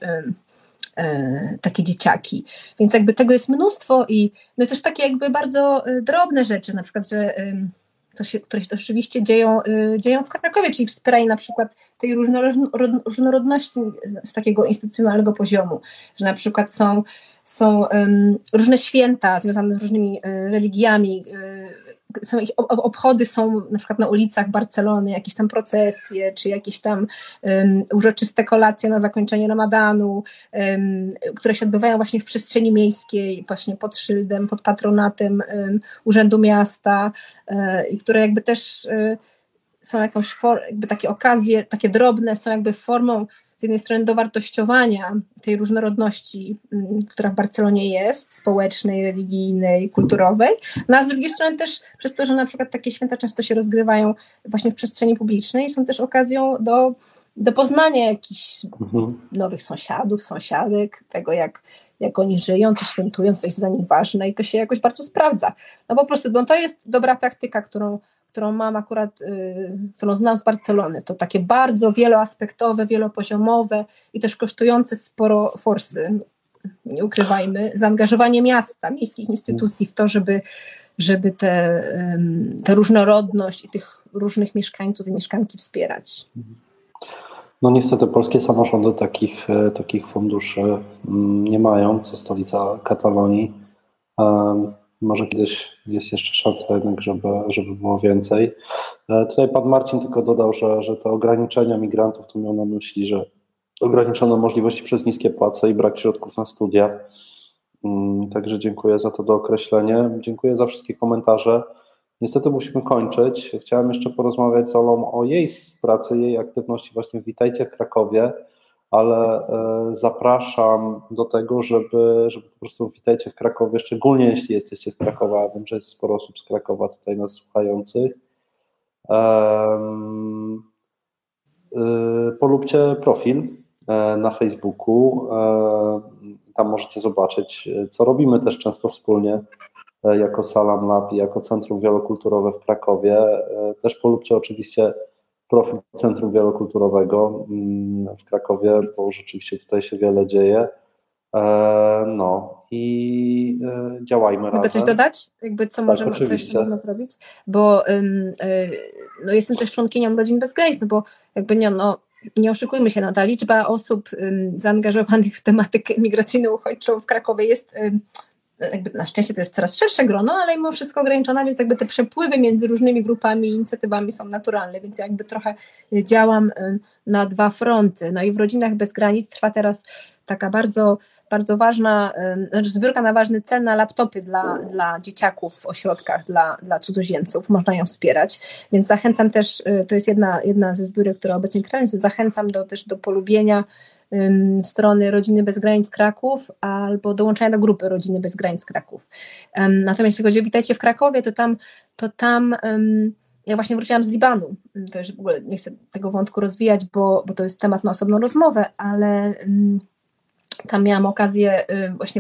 takie dzieciaki. Więc jakby tego jest mnóstwo i też takie jakby bardzo drobne rzeczy, na przykład, że które się rzeczywiście dzieją w Krakowie, czyli wspieranie na przykład tej różnorodności z takiego instytucjonalnego poziomu, że na przykład są różne święta związane z różnymi religiami, obchody są na przykład na ulicach Barcelony, jakieś tam procesje, czy jakieś tam uroczyste kolacje na zakończenie Ramadanu, które się odbywają właśnie w przestrzeni miejskiej, właśnie pod szyldem, pod patronatem Urzędu Miasta i które jakby też są jakby takie okazje, takie drobne, są jakby formą z jednej strony dowartościowania tej różnorodności, która w Barcelonie jest, społecznej, religijnej, kulturowej, no a z drugiej strony też przez to, że na przykład takie święta często się rozgrywają właśnie w przestrzeni publicznej, są też okazją do poznania jakichś nowych sąsiadów, sąsiadek, tego jak oni żyją, co świętują, co jest dla nich ważne i to się jakoś bardzo sprawdza. No po prostu, to jest dobra praktyka, którą mam akurat, którą znam z Barcelony. To takie bardzo wieloaspektowe, wielopoziomowe i też kosztujące sporo forsy, nie ukrywajmy, zaangażowanie miasta, miejskich instytucji w to, żeby tę różnorodność i tych różnych mieszkańców i mieszkanki wspierać. No niestety polskie samorządy takich funduszy nie mają, co stolica Katalonii. Może kiedyś jest jeszcze szansa jednak, żeby było więcej. Tutaj pan Marcin tylko dodał, że te ograniczenia migrantów to miał na myśli, że ograniczone możliwości przez niskie płace i brak środków na studia. Także dziękuję za to dookreślenie. Dziękuję za wszystkie komentarze. Niestety musimy kończyć. Chciałem jeszcze porozmawiać z Olą o jej pracy, jej aktywności właśnie w Witajcie w Krakowie, ale zapraszam do tego, żeby po prostu Witajcie w Krakowie, szczególnie jeśli jesteście z Krakowa, ja wiem, że jest sporo osób z Krakowa tutaj nas słuchających. Polubcie profil na Facebooku, tam możecie zobaczyć, co robimy też często wspólnie jako Salam Lab i jako Centrum Wielokulturowe w Krakowie. Też polubcie oczywiście profil Centrum Wielokulturowego w Krakowie, bo rzeczywiście tutaj się wiele dzieje. No i działajmy razem. Mogę coś dodać? Jakby co jeszcze można zrobić? Bo no jestem też członkinią Rodzin Bez Granic, no bo jakby nie oszukujmy się, ta liczba osób zaangażowanych w tematykę migracyjno-uchodźczą w Krakowie jest jakby na szczęście to jest coraz szersze grono, ale mimo wszystko ograniczona, więc jakby te przepływy między różnymi grupami i inicjatywami są naturalne, więc jakby trochę działam na dwa fronty. No i w Rodzinach Bez Granic trwa teraz taka bardzo, bardzo ważna, zbiórka na ważny cel na laptopy dla dzieciaków w ośrodkach dla cudzoziemców, można ją wspierać, więc zachęcam też, to jest jedna ze zbiórek, która obecnie trwa, więc zachęcam też do polubienia strony Rodziny Bez Granic Kraków albo dołączenia do grupy Rodziny Bez Granic Kraków. Natomiast jeśli chodzi o Witajcie w Krakowie, to tam ja właśnie wróciłam z Libanu. To już w ogóle nie chcę tego wątku rozwijać, bo to jest temat na osobną rozmowę, ale tam miałam okazję właśnie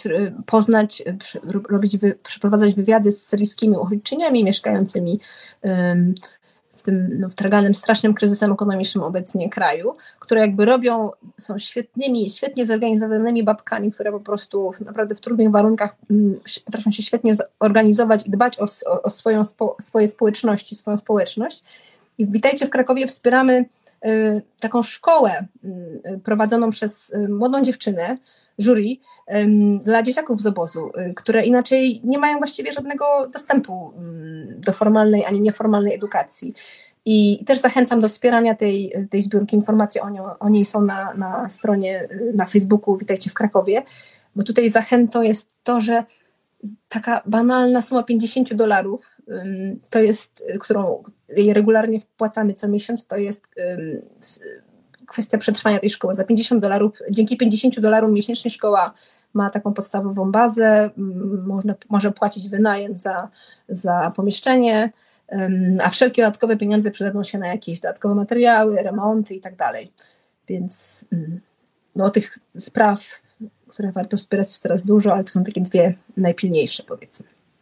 przeprowadzać wywiady z syryjskimi uchodźczyniami mieszkającymi w tym wtarganym strasznym kryzysem ekonomicznym obecnie kraju, które jakby są świetnie zorganizowanymi babkami, które po prostu naprawdę w trudnych warunkach potrafią się świetnie zorganizować i dbać o swoje społeczności, swoją społeczność. I Witajcie w Krakowie wspieramy taką szkołę prowadzoną przez młodą dziewczynę, jury, dla dzieciaków z obozu, które inaczej nie mają właściwie żadnego dostępu do formalnej ani nieformalnej edukacji. I też zachęcam do wspierania tej zbiórki. Informacje o niej są na stronie, na Facebooku Witajcie w Krakowie, bo tutaj zachętą jest to, że taka banalna suma $50, to jest, którą regularnie wpłacamy co miesiąc, to jest kwestia przetrwania tej szkoły. Za $50, dzięki $50 miesięcznie szkoła ma taką podstawową bazę, może płacić wynajem za pomieszczenie, a wszelkie dodatkowe pieniądze przydadzą się na jakieś dodatkowe materiały, remonty i tak dalej. Więc tych spraw, które warto wspierać, jest teraz dużo, ale to są takie dwie najpilniejsze, powiedzmy.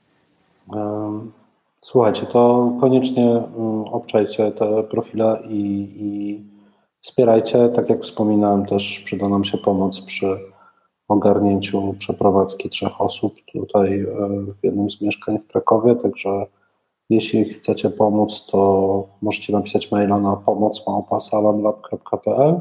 Słuchajcie, to koniecznie obczajcie te profile i wspierajcie. Tak jak wspominałem, też przyda nam się pomoc przy ogarnięciu przeprowadzki 3 osób tutaj w jednym z mieszkań w Krakowie, także jeśli chcecie pomóc, to możecie napisać maila na pomoc@salamlab.pl.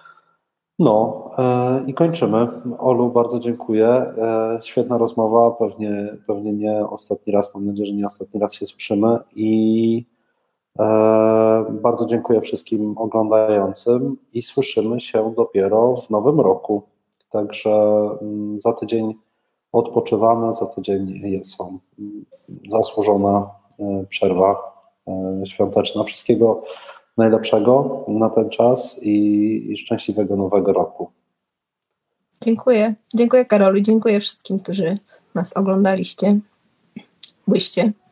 I kończymy. Olu, bardzo dziękuję. Świetna rozmowa, pewnie nie ostatni raz, mam nadzieję, że nie ostatni raz się słyszymy i bardzo dziękuję wszystkim oglądającym i słyszymy się dopiero w nowym roku. Także za tydzień odpoczywamy, za tydzień są zasłużona przerwa świąteczna. Wszystkiego najlepszego na ten czas i szczęśliwego nowego roku. Dziękuję. Dziękuję, Karolu. Dziękuję wszystkim, którzy nas oglądaliście.